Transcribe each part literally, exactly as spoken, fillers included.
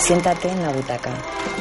Siéntate en la butaca.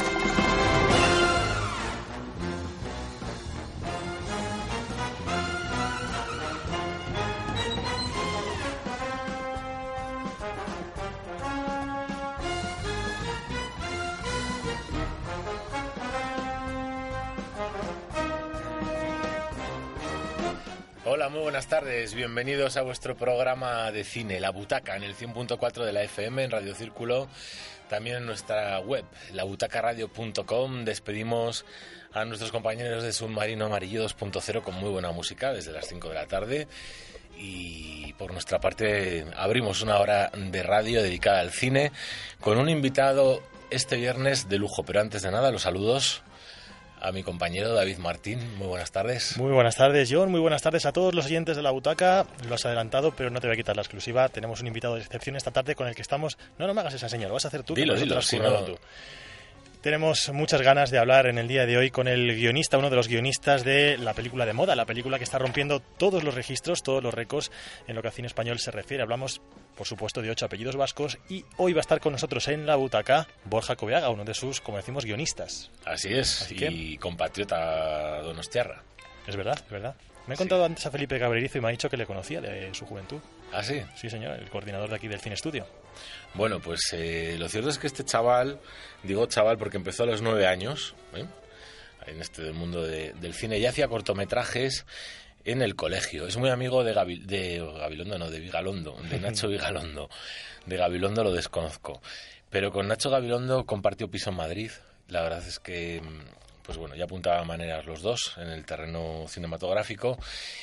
Hola, muy buenas tardes, bienvenidos a vuestro programa de cine, La Butaca, en el cien punto cuatro de la F M, en Radio Círculo, también en nuestra web, la butaca radio punto com. Despedimos a nuestros compañeros de Submarino Amarillo dos punto cero con muy buena música desde las cinco de la tarde, y por nuestra parte abrimos una hora de radio dedicada al cine con un invitado este viernes de lujo. Pero antes de nada, los saludos a mi compañero David Martín. Muy buenas tardes. Muy buenas tardes, John. Muy buenas tardes a todos los oyentes de La Butaca. Lo has adelantado, pero no te voy a quitar la exclusiva. Tenemos un invitado de excepción esta tarde con el que estamos... No, no me hagas esa señal, lo vas a hacer tú. Dilo, dilo. Si no... tú. Tenemos muchas ganas de hablar en el día de hoy con el guionista, uno de los guionistas de la película de moda, la película que está rompiendo todos los registros, todos los récords en lo que a cine español se refiere. Hablamos, por supuesto, de Ocho apellidos vascos, y hoy va a estar con nosotros en La Butaca Borja Coveaga, uno de sus, como decimos, guionistas. Así es, Así que... y compatriota donostiarra. Es verdad, es verdad. Me he contado sí. antes a Felipe Cabrerizo y me ha dicho que le conocía de su juventud. ¿Ah, sí? Sí, señor, el coordinador de aquí del Cine Estudio. Bueno, pues eh, lo cierto es que este chaval, digo chaval porque empezó a los nueve años, ¿eh? en este mundo de, del cine, y hacía cortometrajes en el colegio. Es muy amigo de, Gavi, de Gabilondo, no, de Vigalondo, de Nacho Vigalondo. De Gabilondo lo desconozco. Pero con Nacho Gabilondo compartió piso en Madrid. La verdad es que... pues bueno, ya apuntaban maneras los dos en el terreno cinematográfico,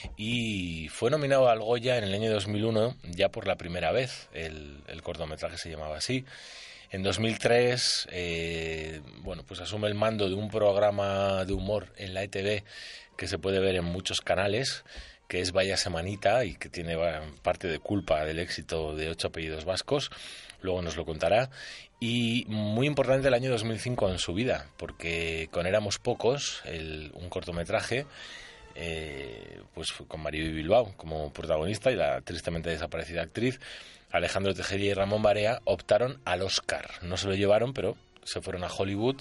y fue nominado al Goya en el año dos mil uno, ya por la primera vez. El, el cortometraje se llamaba así. En dos mil tres, eh, bueno, pues asume el mando de un programa de humor en la E T V que se puede ver en muchos canales, que es Vaya Semanita, y que tiene parte de culpa del éxito de Ocho apellidos vascos. Luego nos lo contará. Y muy importante el año dos mil cinco en su vida, porque con Éramos pocos, el, un cortometraje, eh, pues con Maribel Bilbao como protagonista y la tristemente desaparecida actriz, Alejandro Tejería y Ramón Barea, optaron al Oscar. No se lo llevaron, pero se fueron a Hollywood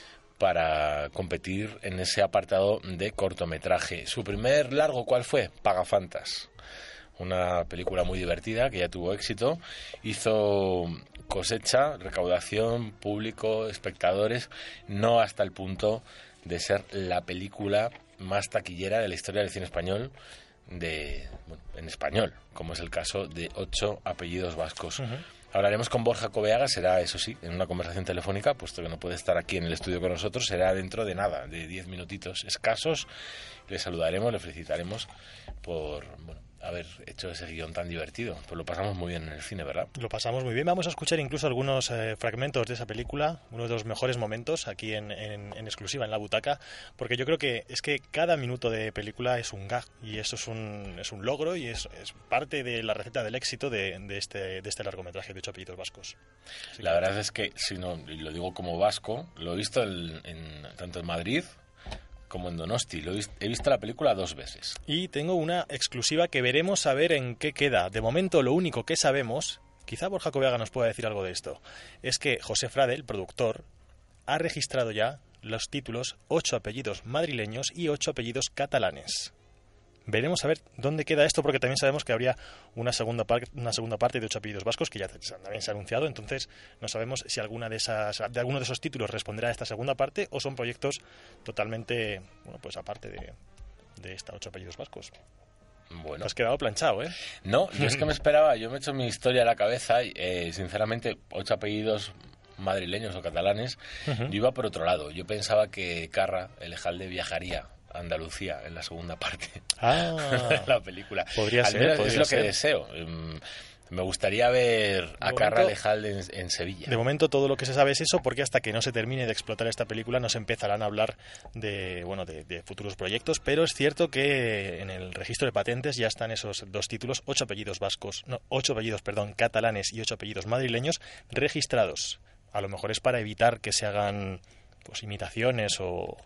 para competir en ese apartado de cortometraje. Su primer largo, ¿cuál fue? Pagafantas. Una película muy divertida que ya tuvo éxito. Hizo cosecha, recaudación, público, espectadores, no hasta el punto de ser la película más taquillera de la historia del cine español, de bueno, en español, como es el caso de Ocho apellidos vascos. Uh-huh. Hablaremos con Borja Coveaga, será, eso sí, en una conversación telefónica, puesto que no puede estar aquí en el estudio con nosotros. Será dentro de nada, de diez minutitos escasos. Le saludaremos, le felicitaremos por... bueno, haber hecho ese guión tan divertido. Pues lo pasamos muy bien en el cine, ¿verdad? Lo pasamos muy bien. Vamos a escuchar incluso algunos eh, fragmentos de esa película, uno de los mejores momentos aquí en, en, en exclusiva en La Butaca, porque yo creo que es que cada minuto de película es un gag, y eso es un, es un logro, y es, es parte de la receta del éxito de, de, este, de este largometraje de Ocho apellidos vascos. Así la que... verdad es que, si no, y lo digo como vasco, lo he visto en, en, tanto en Madrid como en Donosti. Lo he, visto, he visto la película dos veces. Y tengo una exclusiva que veremos a ver en qué queda. De momento, lo único que sabemos, quizá Borja Coveaga nos pueda decir algo de esto, es que José Frade, el productor, ha registrado ya los títulos Ocho apellidos madrileños y Ocho apellidos catalanes. Veremos a ver dónde queda esto, porque también sabemos que habría una segunda, par- una segunda parte de Ocho apellidos vascos que ya también se ha anunciado. Entonces no sabemos si alguna de esas, de alguno de esos títulos responderá a esta segunda parte, o son proyectos totalmente, bueno, pues aparte de, de esta Ocho apellidos vascos. Bueno. Te has quedado planchado, ¿eh? No, yo es que me esperaba, yo me he hecho mi historia a la cabeza y eh, sinceramente Ocho apellidos madrileños o catalanes, uh-huh. Yo iba por otro lado. Yo pensaba que Carra, Elejalde, viajaría Andalucía en la segunda parte ah, de la película. Podría Al ser, menos podría es lo ser. que deseo. Me gustaría ver a Carra Alejalde en, en Sevilla. De momento todo lo que se sabe es eso, porque hasta que no se termine de explotar esta película no se empezarán a hablar de, bueno, de, de futuros proyectos, pero es cierto que en el registro de patentes ya están esos dos títulos, ocho apellidos vascos, no, ocho apellidos, perdón, catalanes y ocho apellidos madrileños registrados. A lo mejor es para evitar que se hagan pues imitaciones o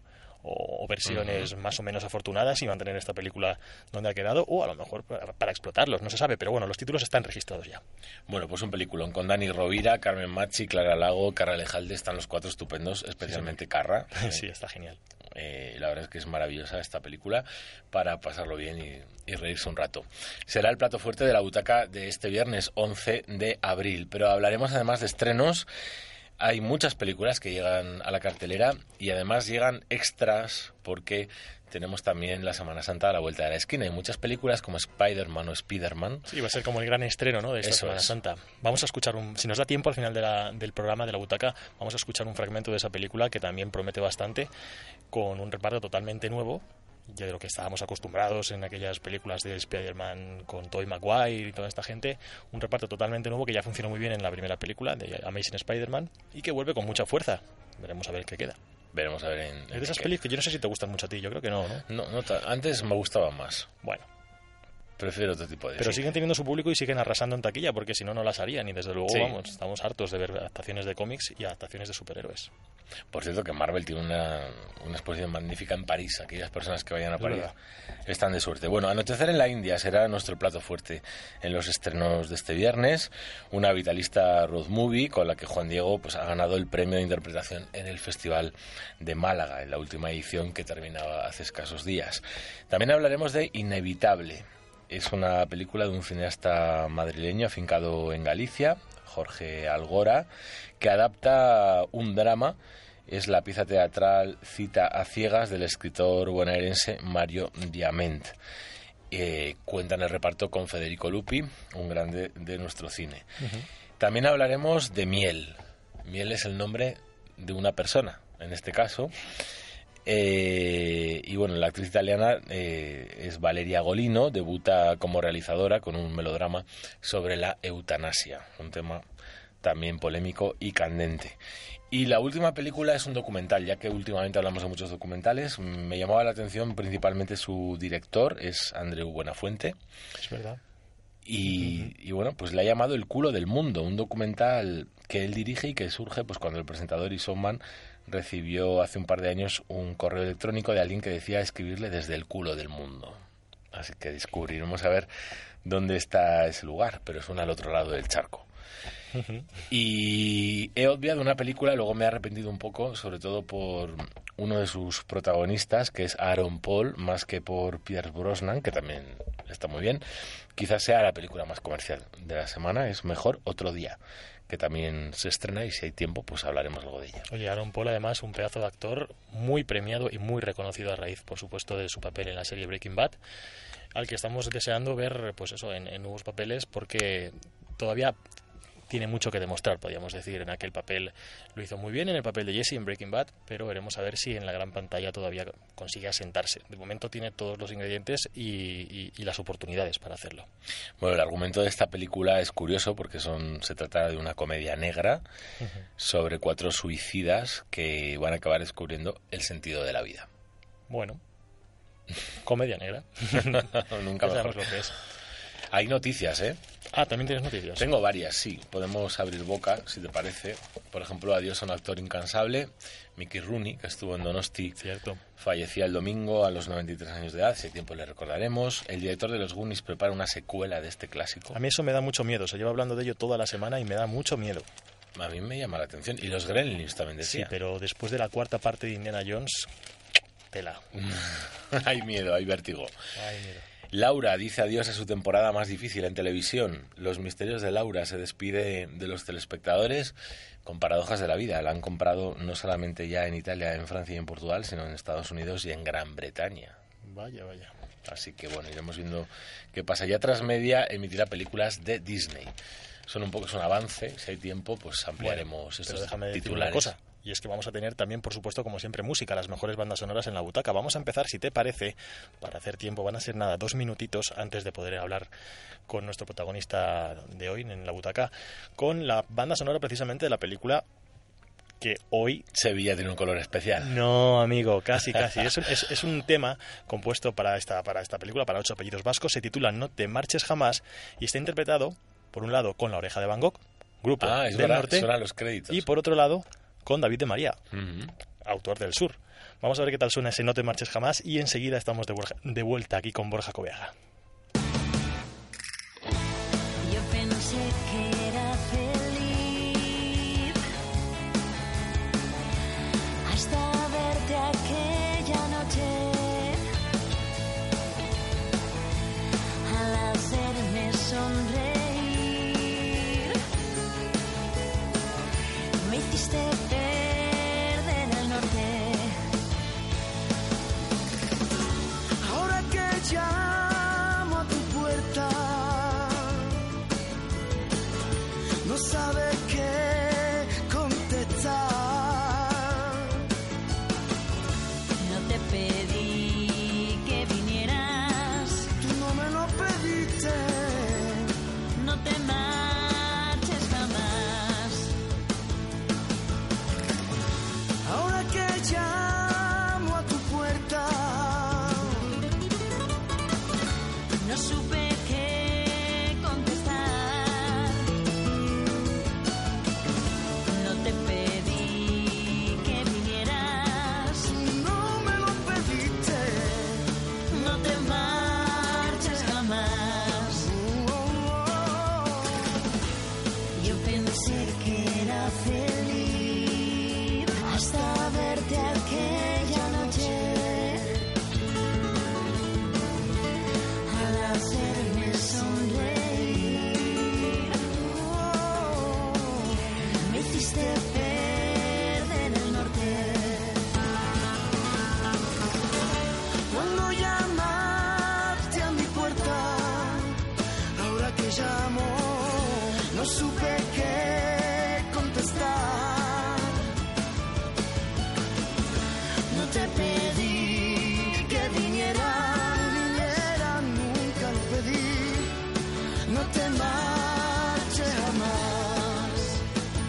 o, o versiones uh-huh. más o menos afortunadas y mantener esta película donde ha quedado, o a lo mejor para, para explotarlos, no se sabe, pero bueno, los títulos están registrados ya. Bueno, pues un peliculón con Dani Rovira, Carmen Machi, Clara Lago, Carra Lejalde, están los cuatro estupendos, especialmente sí, Carra. Sí, está genial. Eh, la verdad es que es maravillosa esta película para pasarlo bien y, y reírse un rato. Será el plato fuerte de la butaca de este viernes once de abril, pero hablaremos además de estrenos. Hay muchas películas que llegan a la cartelera y además llegan extras porque tenemos también la Semana Santa a la vuelta de la esquina. Hay muchas películas como Spider-Man o Spider-Man. Sí, va a ser como el gran estreno, ¿no?, de esta Eso Semana es. Santa. Vamos a escuchar, un, si nos da tiempo al final de la, del programa de la butaca, vamos a escuchar un fragmento de esa película que también promete bastante, con un reparto totalmente nuevo, ya de lo que estábamos acostumbrados en aquellas películas de Spider-Man con Tobey Maguire y toda esta gente. Un reparto totalmente nuevo que ya funcionó muy bien en la primera película de Amazing Spider-Man y que vuelve con mucha fuerza. Veremos a ver qué queda. Veremos a ver en... Es de esas películas que yo no sé si te gustan mucho a ti, yo creo que no, ¿no? No, no antes me gustaban más. Bueno. Prefiero otro tipo de Pero cine. Siguen teniendo su público y siguen arrasando en taquilla, porque si no, no las harían. Y desde luego, sí. vamos, estamos hartos de ver adaptaciones de cómics y adaptaciones de superhéroes. Por cierto, que Marvel tiene una, una exposición magnífica en París. Aquellas personas que vayan a París están de suerte. Bueno, Anochecer en la India será nuestro plato fuerte en los estrenos de este viernes. Una vitalista road movie con la que Juan Diego pues, ha ganado el premio de interpretación en el Festival de Málaga, en la última edición que terminaba hace escasos días. También hablaremos de Inevitable. Es una película de un cineasta madrileño afincado en Galicia, Jorge Algora, que adapta un drama. Es la pieza teatral Cita a ciegas del escritor bonaerense Mario Diament. Eh, cuenta en el reparto con Federico Lupi, un grande de nuestro cine. Uh-huh. También hablaremos de Miel. Miel es el nombre de una persona, en este caso. Eh, y bueno, la actriz italiana eh, es Valeria Golino, debuta como realizadora con un melodrama sobre la eutanasia, un tema también polémico y candente. Y la última película es un documental, ya que últimamente hablamos de muchos documentales. Me llamaba la atención principalmente su director, es Andreu Buenafuente. Es verdad. Y, uh-huh. y bueno, pues le ha llamado El culo del mundo, un documental que él dirige y que surge pues cuando el presentador y showman recibió hace un par de años un correo electrónico de alguien que decía escribirle desde el culo del mundo. Así que descubriremos a ver dónde está ese lugar, pero es un al otro lado del charco. Uh-huh. Y he obviado una película, luego me he arrepentido un poco, sobre todo por uno de sus protagonistas, que es Aaron Paul, más que por Pierce Brosnan, que también está muy bien. Quizás sea la película más comercial de la semana, es Mejor Otro Día, que también se estrena y si hay tiempo pues hablaremos algo de ella. Oye, Aaron Paul además un pedazo de actor muy premiado y muy reconocido a raíz, por supuesto, de su papel en la serie Breaking Bad, al que estamos deseando ver pues eso en, en nuevos papeles, porque todavía tiene mucho que demostrar, podríamos decir. En aquel papel lo hizo muy bien, en el papel de Jesse en Breaking Bad, pero veremos a ver si en la gran pantalla todavía consigue asentarse. De momento tiene todos los ingredientes y, y, y las oportunidades para hacerlo. Bueno, el argumento de esta película es curioso porque son se trata de una comedia negra uh-huh. sobre cuatro suicidas que van a acabar descubriendo el sentido de la vida. Bueno, comedia negra. Nunca sabemos lo que es. Hay noticias, ¿eh? Ah, ¿también tienes noticias? Tengo varias, sí. Podemos abrir boca, si te parece. Por ejemplo, adiós a un actor incansable, Mickey Rooney, que estuvo en Donosti. Cierto. Fallecía el domingo a los noventa y tres años de edad, si hay tiempo le recordaremos. El director de Los Goonies prepara una secuela de este clásico. A mí eso me da mucho miedo. Se lleva hablando de ello toda la semana y me da mucho miedo. A mí me llama la atención. Y los Gremlins también decía. Sí, pero después de la cuarta parte de Indiana Jones, tela. Hay miedo, hay vértigo. Hay miedo. Laura dice adiós a su temporada más difícil en televisión. Los misterios de Laura se despide de los telespectadores con paradojas de la vida. La han comprado no solamente ya en Italia, en Francia y en Portugal, sino en Estados Unidos y en Gran Bretaña. Vaya, vaya. Así que bueno, iremos viendo qué pasa. Ya Transmedia emitirá películas de Disney. Son un poco, es un avance. Si hay tiempo, pues ampliaremos bueno, estos pero déjame decir titulares. Una cosa. Y es que vamos a tener también, por supuesto, como siempre, música, las mejores bandas sonoras en la butaca. Vamos a empezar, si te parece, para hacer tiempo, van a ser nada, dos minutitos antes de poder hablar con nuestro protagonista de hoy en la butaca, con la banda sonora precisamente de la película que hoy... Sevilla tiene un color especial. No, amigo, casi, casi. Es, es, es un tema compuesto para esta, para esta película, para ocho apellidos vascos, se titula No te marches jamás y está interpretado, por un lado, con La Oreja de Van Gogh, grupo ah, es del verdad, norte, suenan los créditos. y por otro lado, con David de María, uh-huh. autor del sur. Vamos a ver qué tal suena ese No te marches jamás y enseguida estamos de, Borja, de vuelta aquí con Borja Coveaga. Yo pensé que era feliz hasta verte aquella noche. Al hacerme sonreír, me hiciste perder el norte. Ahora que llamo a tu puerta, no sabe qué contestar. No te pedí que vinieras, tú no me lo pediste. No te marches jamás. Ahora que llamo a tu puerta, no supe qué contestar. No te pedí que vinieras, no me lo pediste. No te marches jamás. Yo pensé que era feliz hasta verte aquella noche. Al hacerme sonreír, oh, me hiciste perder el norte. Cuando llamaste a mi puerta, ahora que llamo, no supe qué contestar. No te pedí que viniera, viniera, nunca lo pedí. No te marches jamás.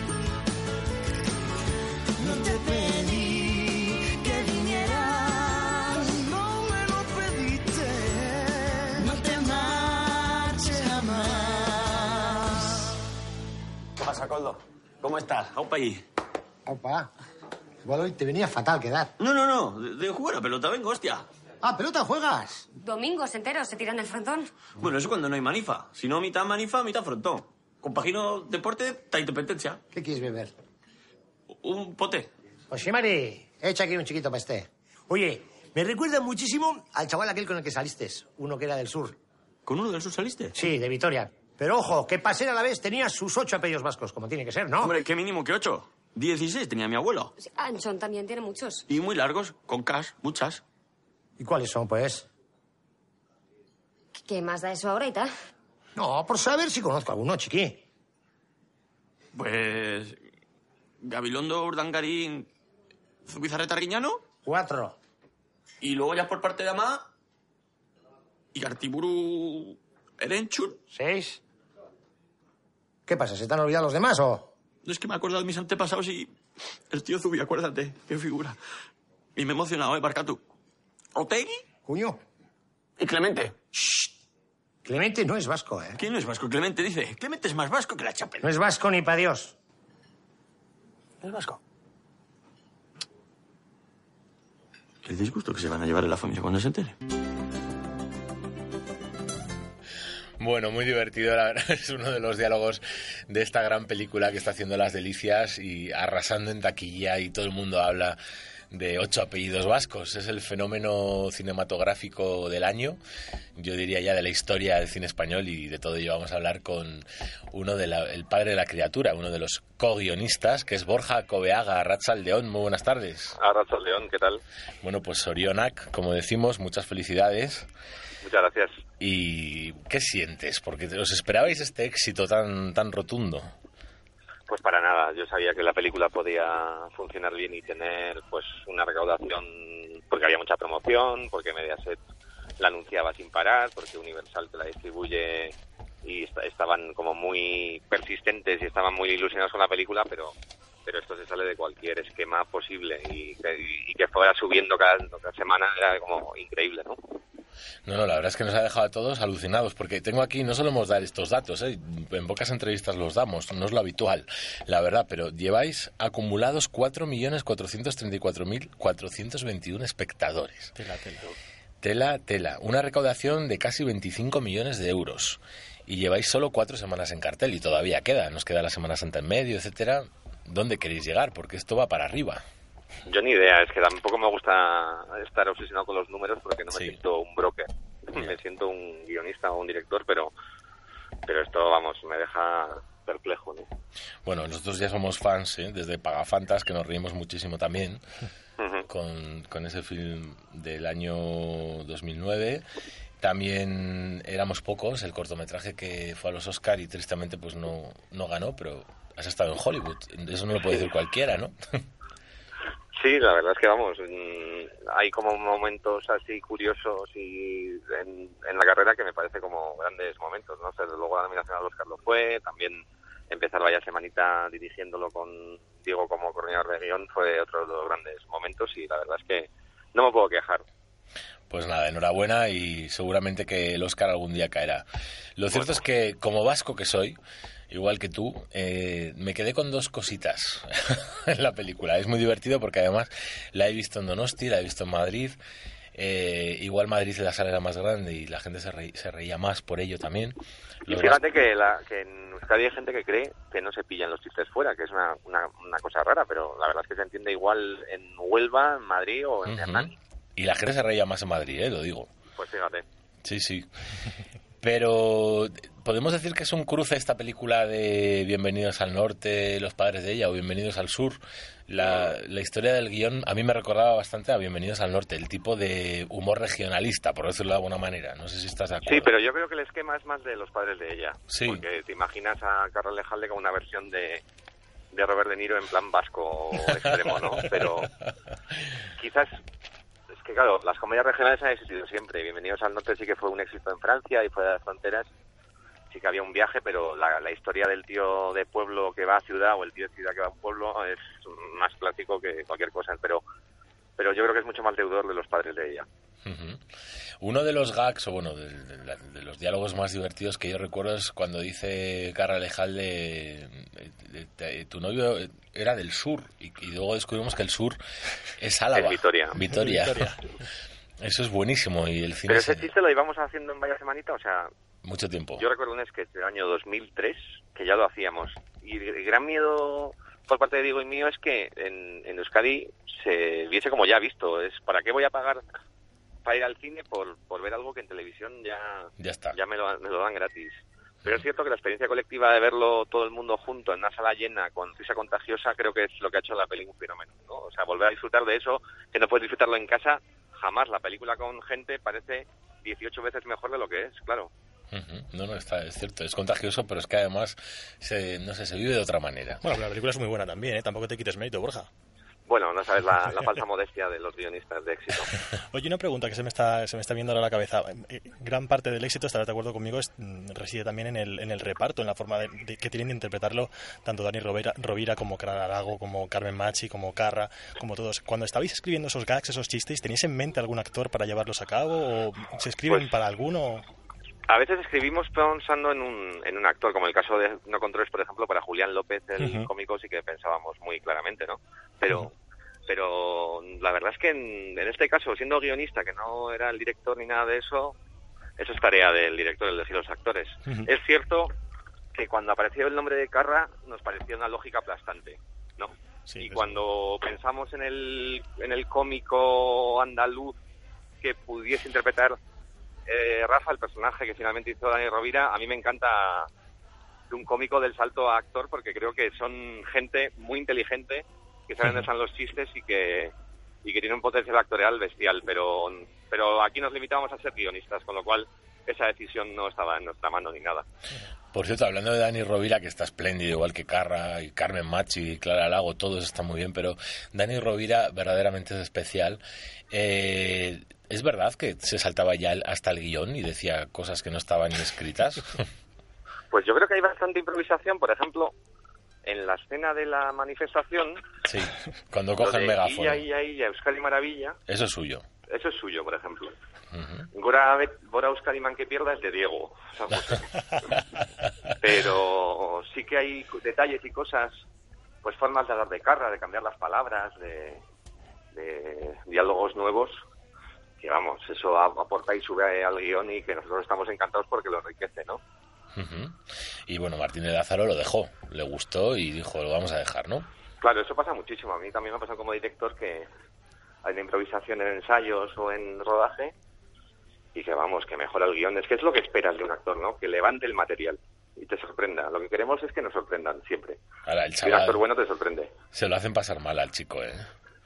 No te pedí que vinieras, no me lo pediste. No te marches jamás. ¿Qué pasa, Coldo? ¿Cómo estás? ¿Aupa ahí? Opa, igual hoy te venía fatal quedar. No, no, no. De, de jugar a pelota, vengo, hostia. Ah, ¿pelota juegas? Domingos enteros se tiran el frontón. Bueno, eso cuando no hay manifa. Si no, mitad manifa, mitad frontón. Compagino deporte, ta independencia. ¿Qué quieres beber? Un pote. Oshimari, echa aquí un chiquito para este. Oye, me recuerda muchísimo al chaval aquel con el que saliste, uno que era del sur. ¿Con uno del sur saliste? Sí, de Vitoria. Pero ojo, que para ser a la vez tenía sus ocho apellidos vascos, como tiene que ser, ¿no? Hombre, qué mínimo que ocho. Dieciséis tenía mi abuelo. Sí, Anchón también tiene muchos. Y muy largos, con cas, muchas. ¿Y cuáles son, pues? ¿Qué más da eso ahorita? No, por saber si conozco alguno, chiqui. Pues... Gabilondo, Urdangarín, Zubizarreta, Riñano. Cuatro. Y luego ya por parte de Amá... Y Gartiburu... Erenchun. Seis. ¿Qué pasa? ¿Se te han olvidado los demás o...? No es que me he acordado de mis antepasados y... El tío Zubi, acuérdate, qué figura. Y me he emocionado, ¿eh, Barcatu? ¿Otegui? Cuño. Y Clemente. Clemente no es vasco, ¿eh? ¿Quién no es vasco? Clemente dice. Clemente es más vasco que la chapela. No es vasco ni pa' Dios. ¿Es vasco? El disgusto que se van a llevar en la familia cuando se entere. Bueno, muy divertido, la verdad. Es uno de los diálogos de esta gran película que está haciendo las delicias y arrasando en taquilla, y todo el mundo habla de ocho apellidos vascos. Es el fenómeno cinematográfico del año, yo diría ya de la historia del cine español, y de todo ello vamos a hablar con uno de la, el padre de la criatura, uno de los co-guionistas, que es Borja Coveaga. Arratsaldeon, muy buenas tardes. Arratsaldeon, ¿qué tal? Bueno, pues Sorionak, como decimos, muchas felicidades. Muchas gracias. ¿Y qué sientes? Porque os esperabais este éxito tan tan rotundo. Pues para nada, yo sabía que la película podía funcionar bien y tener pues una recaudación, porque había mucha promoción, porque Mediaset la anunciaba sin parar, porque Universal te la distribuye y est- estaban como muy persistentes y estaban muy ilusionados con la película, pero pero esto se sale de cualquier esquema posible y que, y que fuera subiendo cada, cada semana era como increíble, ¿no? No, no, la verdad es que nos ha dejado a todos alucinados, porque tengo aquí, no solemos dar estos datos, ¿eh? En pocas entrevistas los damos, no es lo habitual, la verdad, pero lleváis acumulados cuatro millones cuatrocientos treinta y cuatro mil cuatrocientos veintiuno espectadores. Tela, tela. Tela, tela. Una recaudación de casi veinticinco millones de euros. Y lleváis solo cuatro semanas en cartel y todavía queda, nos queda la Semana Santa en medio, etcétera. ¿Dónde queréis llegar? Porque esto va para arriba. Yo ni idea, es que tampoco me gusta estar obsesionado con los números porque no me Sí. siento un broker, me siento un guionista o un director, pero pero esto, vamos, me deja perplejo, ¿no? Bueno, nosotros ya somos fans, ¿eh? Desde Pagafantas, que nos reímos muchísimo también, Ujú. con, con ese film del año dos mil nueve. También Éramos pocos, el cortometraje que fue a los Oscar y tristemente pues no, no ganó, pero has estado en Hollywood, eso no lo puede decir cualquiera, ¿no? Sí, la verdad es que, vamos, mm, hay como momentos así curiosos y en, en la carrera que me parece como grandes momentos, ¿no? O sea, luego la nominación a los Oscar lo fue, también empezar vaya semanita dirigiéndolo con Diego como coordinador de guión fue otro de los grandes momentos y la verdad es que no me puedo quejar. Pues nada, enhorabuena y seguramente que el Oscar algún día caerá. Lo cierto es que, como vasco que soy, igual que tú, eh, me quedé con dos cositas en la película. Es muy divertido porque además la he visto en Donosti, la he visto en Madrid. Eh, igual Madrid la sala era más grande y la gente se, reí, se reía más por ello también. Y Los fíjate que, la, que en Euskadi hay gente que cree que no se pillan los chistes fuera, que es una, una, una cosa rara, pero la verdad es que se entiende igual en Huelva, en Madrid o en Ujú. Hernani. Y la gente se reía más en Madrid, ¿eh? Lo digo. Pues fíjate. Sí, sí. Pero, ¿podemos decir que es un cruce esta película de Bienvenidos al Norte, Los Padres de Ella, o Bienvenidos al Sur? La, la historia del guión a mí me recordaba bastante a Bienvenidos al Norte, el tipo de humor regionalista, por decirlo de alguna manera. No sé si estás de acuerdo. Sí, pero yo creo que el esquema es más de Los Padres de Ella. Sí. Porque te imaginas a Carlos Lejalde con una versión de, de Robert De Niro en plan vasco extremo, ¿no? Pero quizás... Es que claro, las comedias regionales han existido siempre. Bienvenidos al Norte sí que fue un éxito en Francia y fuera de las fronteras. Sí que había un viaje, pero la, la historia del tío de pueblo que va a ciudad o el tío de ciudad que va a un pueblo es más clásico que cualquier cosa. Pero, pero yo creo que es mucho más deudor de Los Padres de Ella. Uh-huh. Uno de los gags, o bueno, de, de, de los diálogos más divertidos que yo recuerdo es cuando dice Carra Lejalde, tu novio era del sur, y, y luego descubrimos que el sur es Álava. Es Vitoria. Vitoria. Vitoria. Eso es buenísimo. Y el cine Pero ese se... chiste lo íbamos haciendo en varias semanitas, o sea... Mucho tiempo. Yo recuerdo un sketch del año dos mil tres que ya lo hacíamos. Y el gran miedo por parte de Diego y mío es que en, en Euskadi se viese como ya visto. Es ¿para qué voy a pagar para ir al cine por, por ver algo que en televisión ya, Ya está. ya me, lo, me lo dan gratis? Pero es cierto que la experiencia colectiva de verlo todo el mundo junto en una sala llena con risa contagiosa creo que es lo que ha hecho la peli un fenómeno, ¿no? O sea, volver a disfrutar de eso, que no puedes disfrutarlo en casa jamás. La película con gente parece dieciocho veces mejor de lo que es, claro. Uh-huh. No, no, está, es cierto, es contagioso, pero es que además, se, no sé, se vive de otra manera. Bueno, la película es muy buena también, ¿eh? Tampoco te quites mérito, Borja. Bueno, no sabes la, la falsa modestia de los guionistas de éxito. Oye, una pregunta que se me está se me está viendo ahora a la cabeza. Eh, Gran parte del éxito, estarás de acuerdo conmigo, es, mm, reside también en el, en el reparto, en la forma de, de- que tienen de interpretarlo tanto Dani Rovira, Rovira como Clara Lago, como Carmen Machi, como Carra, como todos. Cuando estabais escribiendo esos gags, esos chistes, ¿teníais en mente algún actor para llevarlos a cabo o se escriben Pues- para alguno? A veces escribimos pensando en un, en un actor, como el caso de No Controles, por ejemplo, para Julián López, el Ujú. cómico, sí que pensábamos muy claramente, ¿no? Pero... Ujú. Pero la verdad es que en, en este caso, siendo guionista, que no era el director ni nada de eso, eso es tarea del director, el elegir los actores. Ujú. Es cierto que cuando apareció el nombre de Carra nos pareció una lógica aplastante, ¿no? Sí, y eso. cuando pensamos en el, en el cómico andaluz que pudiese interpretar eh, Rafa, el personaje que finalmente hizo Dani Rovira, a mí me encanta de un cómico del salto a actor porque creo que son gente muy inteligente que saben dónde están los chistes y que y que tienen un potencial actorial bestial, pero pero aquí nos limitábamos a ser guionistas, con lo cual esa decisión no estaba en nuestra mano ni nada. Por cierto, hablando de Dani Rovira, que está espléndido, igual que Carra y Carmen Machi y Clara Lago, todos están muy bien, pero Dani Rovira verdaderamente es especial. Eh, ¿Es verdad que se saltaba ya hasta el guión y decía cosas que no estaban ni escritas? Pues yo creo que hay bastante improvisación, por ejemplo, en la escena de la manifestación, Sí, cuando lo coge el de megáfono. Illa, Illa, Illa, Euskadi Maravilla, Eso es suyo. eso es suyo, por ejemplo. Uh-huh. Gora, Gora Euskadiman que pierda es de Diego. Pero sí que hay detalles y cosas, pues formas de hablar de Carra, de cambiar las palabras, de, de diálogos nuevos, que vamos, eso aporta y sube al guión y que nosotros estamos encantados porque lo enriquece, ¿no? Uh-huh. Y bueno, Martín de Lázaro lo dejó, le gustó y dijo, lo vamos a dejar, ¿no? Claro, eso pasa muchísimo. A mí también me ha pasado como director que hay una improvisación en ensayos o en rodaje y que vamos, que mejora el guión. Es que es lo que esperas de un actor, ¿no? Que levante el material y te sorprenda. Lo que queremos es que nos sorprendan siempre. Ahora, el chaval, y un actor bueno te sorprende. Se lo hacen pasar mal al chico, ¿eh?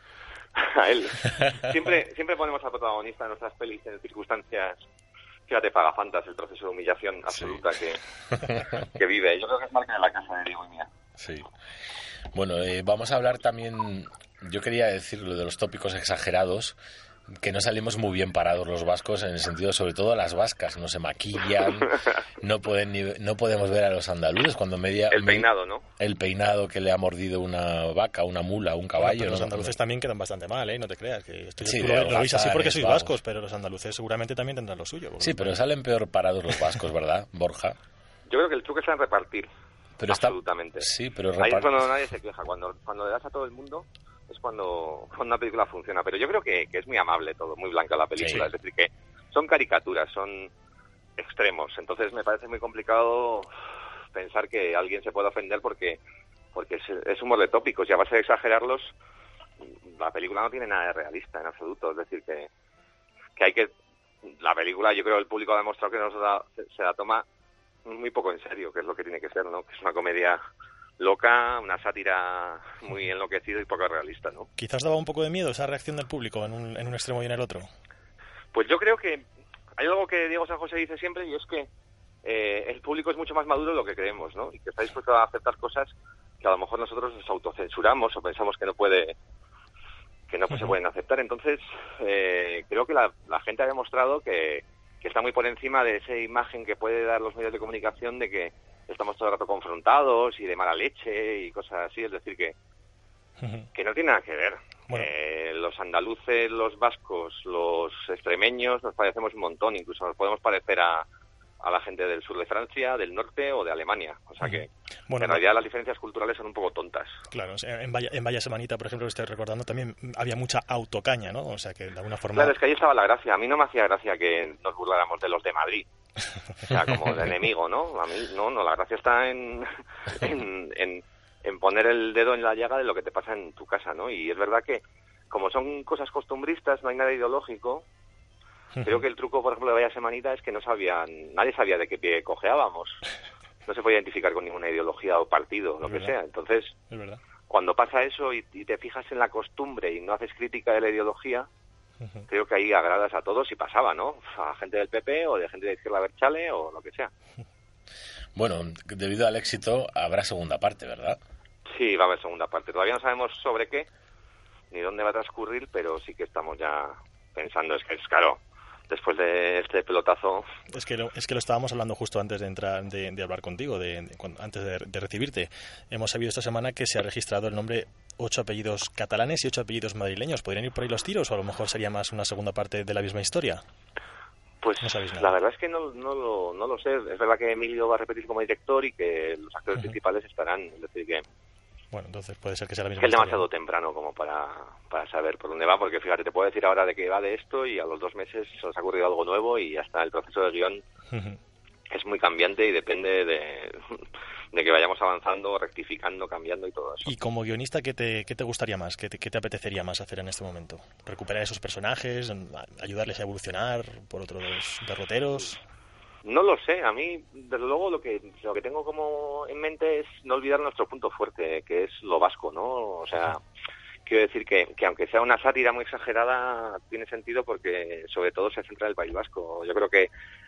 A él. Siempre, siempre ponemos al protagonista en nuestras pelis en circunstancias... Fíjate, Pagafantas, el proceso de humillación absoluta sí. que, que vive. Yo creo que es marca de la casa de Diego y mía. Sí. Bueno, eh, vamos a hablar también, yo quería decir lo de los tópicos exagerados, que no salimos muy bien parados los vascos, en el sentido, sobre todo las vascas, no se maquillan, no pueden ni, no podemos ver a los andaluces cuando media... El peinado, ¿no? El peinado que le ha mordido una vaca, una mula, un caballo. Bueno, los ¿no? andaluces también quedan bastante mal, ¿eh? No te creas. Que esto sí, lo, lo veis así porque sois vamos. vascos, pero los andaluces seguramente también tendrán lo suyo. Sí, pero salen peor parados los vascos, ¿verdad, Borja? Yo creo que el truco está en repartir. Pero absolutamente. Está... Sí, pero repart... Ahí es cuando nadie se queja. Cuando, cuando le das a todo el mundo... es cuando, cuando una película funciona, pero yo creo que, que es muy amable todo, muy blanca la película, sí. Es decir, que son caricaturas, son extremos, entonces me parece muy complicado pensar que alguien se pueda ofender porque porque es, es humor de tópicos y a base de exagerarlos, la película no tiene nada de realista en absoluto, es decir, que, que hay que... La película, yo creo el público ha demostrado que no se la, se la toma muy poco en serio, que es lo que tiene que ser, ¿no? Que es una comedia... loca, una sátira muy enloquecida y poco realista, ¿no? Quizás daba un poco de miedo esa reacción del público en un, en un extremo y en el otro. Pues yo creo que hay algo que Diego San José dice siempre y es que eh, el público es mucho más maduro de lo que creemos, ¿no? Y que está dispuesto a aceptar cosas que a lo mejor nosotros nos autocensuramos o pensamos que no puede que no uh-huh. se pueden aceptar. Entonces eh, creo que la, la gente ha demostrado que, que está muy por encima de esa imagen que puede dar los medios de comunicación de que estamos todo el rato confrontados y de mala leche y cosas así, es decir, que uh-huh. que no tiene nada que ver. Bueno. Eh, los andaluces, los vascos, los extremeños nos parecemos un montón, incluso nos podemos parecer a, a la gente del sur de Francia, del norte o de Alemania, o sea uh-huh. que bueno, en realidad las diferencias culturales son un poco tontas. Claro, en Vaya, en Vaya Semanita, por ejemplo, que estoy recordando, también había mucha autocaña, ¿no? O sea que de alguna forma... Claro, es que ahí estaba la gracia, a mí no me hacía gracia que nos burláramos de los de Madrid. O sea, como de enemigo, ¿no? A mí, no, no, la gracia está en, en, en, en poner el dedo en la llaga de lo que te pasa en tu casa, ¿no? Y es verdad que, como son cosas costumbristas, no hay nada ideológico. Creo que el truco, por ejemplo, de Vaya Semanita es que no sabían, nadie sabía de qué pie cojeábamos. No se podía identificar con ninguna ideología o partido, lo es que verdad. sea. Entonces, es verdad. Cuando pasa eso y, y te fijas en la costumbre y no haces crítica de la ideología, uh-huh. creo que ahí agradas a todos y pasaba, ¿no? A gente del P P o de gente de Izquierda Abertzale o lo que sea. Bueno, debido al éxito habrá segunda parte, ¿verdad? Sí, va a haber segunda parte. Todavía no sabemos sobre qué ni dónde va a transcurrir, pero sí que estamos ya pensando. Es que es claro, después de este pelotazo... Es que lo, es que lo estábamos hablando justo antes de entrar, de, de hablar contigo, de, de, antes de, de recibirte. Hemos sabido esta semana que se ha registrado el nombre ocho apellidos catalanes y ocho apellidos madrileños. ¿Podrían ir por ahí los tiros o a lo mejor sería más una segunda parte de la misma historia? Pues no la verdad es que no, no, lo, no lo sé. Es verdad que Emilio va a repetir como director y que los actores uh-huh. principales estarán. Es decir, que... Bueno, entonces puede ser que sea la misma Es que es historia, demasiado ¿no? temprano como para, para saber por dónde va, porque fíjate, te puedo decir ahora de qué va de esto y a los dos meses se os ha ocurrido algo nuevo y hasta el proceso de guión uh-huh. es muy cambiante y depende de, de que vayamos avanzando, rectificando, cambiando y todo eso. Y como guionista, ¿qué te, qué te gustaría más? ¿Qué te, qué te apetecería más hacer en este momento? ¿Recuperar esos personajes? ¿Ayudarles a evolucionar por otros derroteros? No lo sé, a mí desde luego lo que lo que tengo como en mente es no olvidar nuestro punto fuerte, que es lo vasco, ¿no? O sea, quiero decir que, que aunque sea una sátira muy exagerada, tiene sentido porque sobre todo se centra en el País Vasco. Yo creo que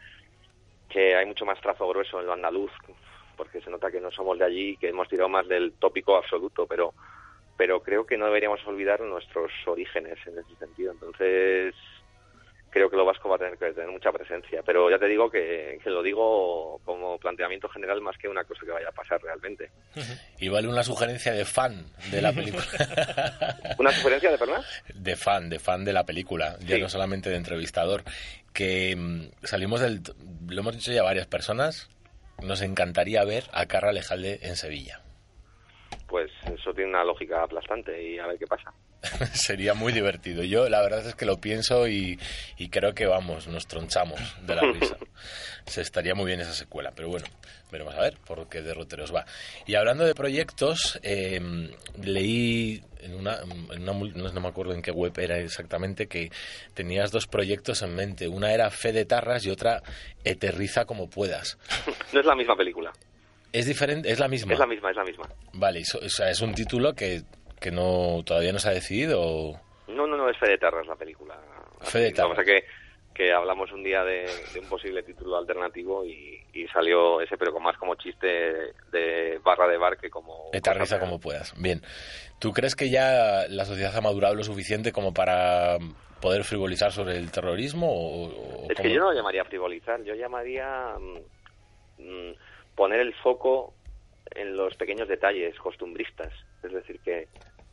que hay mucho más trazo grueso en lo andaluz, porque se nota que no somos de allí, que hemos tirado más del tópico absoluto, pero pero creo que no deberíamos olvidar nuestros orígenes en ese sentido. Entonces creo que lo vasco va a tener que tener mucha presencia, pero ya te digo que, que lo digo como como planteamiento general más que una cosa que vaya a pasar realmente. Y vale una sugerencia de fan de la película. ¿Una sugerencia de perdón? De fan, de fan de la película, ya Sí. no solamente de entrevistador. Que mm, salimos del... Lo hemos dicho ya varias personas, nos encantaría ver a Carra Alejalde en Sevilla. Pues eso tiene una lógica aplastante y a ver qué pasa. Sería muy divertido. Yo la verdad es que lo pienso y, y creo que, vamos, nos tronchamos de la risa. Se estaría muy bien esa secuela, pero bueno, veremos a ver por qué derroteros va. Y hablando de proyectos, eh, leí en una, en una, no, no me acuerdo en qué web era exactamente, que tenías dos proyectos en mente. Una era Fe de Tarras y otra Eterriza como puedas. No es la misma película. ¿Es diferente? ¿Es la misma? Es la misma, es la misma. Vale, eso, o sea, es un título que, que no todavía no se ha decidido o... No, no, no, es Fe de Tarras la película. Fe de Tarras. Vamos a que, que hablamos un día de, de un posible título alternativo y, y salió ese, pero con más como chiste de barra de bar que como... Eterriza como puedas. Bien. ¿Tú crees que ya la sociedad ha madurado lo suficiente como para poder frivolizar sobre el terrorismo? O, o es cómo? que yo no lo llamaría frivolizar, yo llamaría mmm, poner el foco en los pequeños detalles costumbristas. Es decir, que,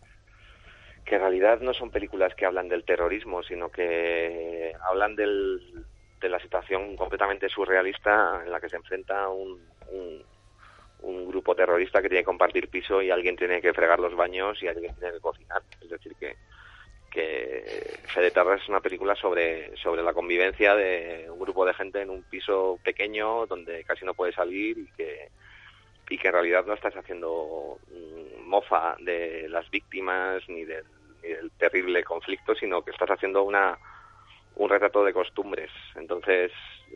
que en realidad no son películas que hablan del terrorismo, sino que hablan del, de la situación completamente surrealista en la que se enfrenta un, un, un grupo terrorista que tiene que compartir piso y alguien tiene que fregar los baños y alguien tiene que cocinar. Es decir, que, que Fe de Tarras es una película sobre, sobre la convivencia de un grupo de gente en un piso pequeño donde casi no puede salir y que y que en realidad no estás haciendo mofa de las víctimas ni del, ni del terrible conflicto, sino que estás haciendo una un retrato de costumbres. Entonces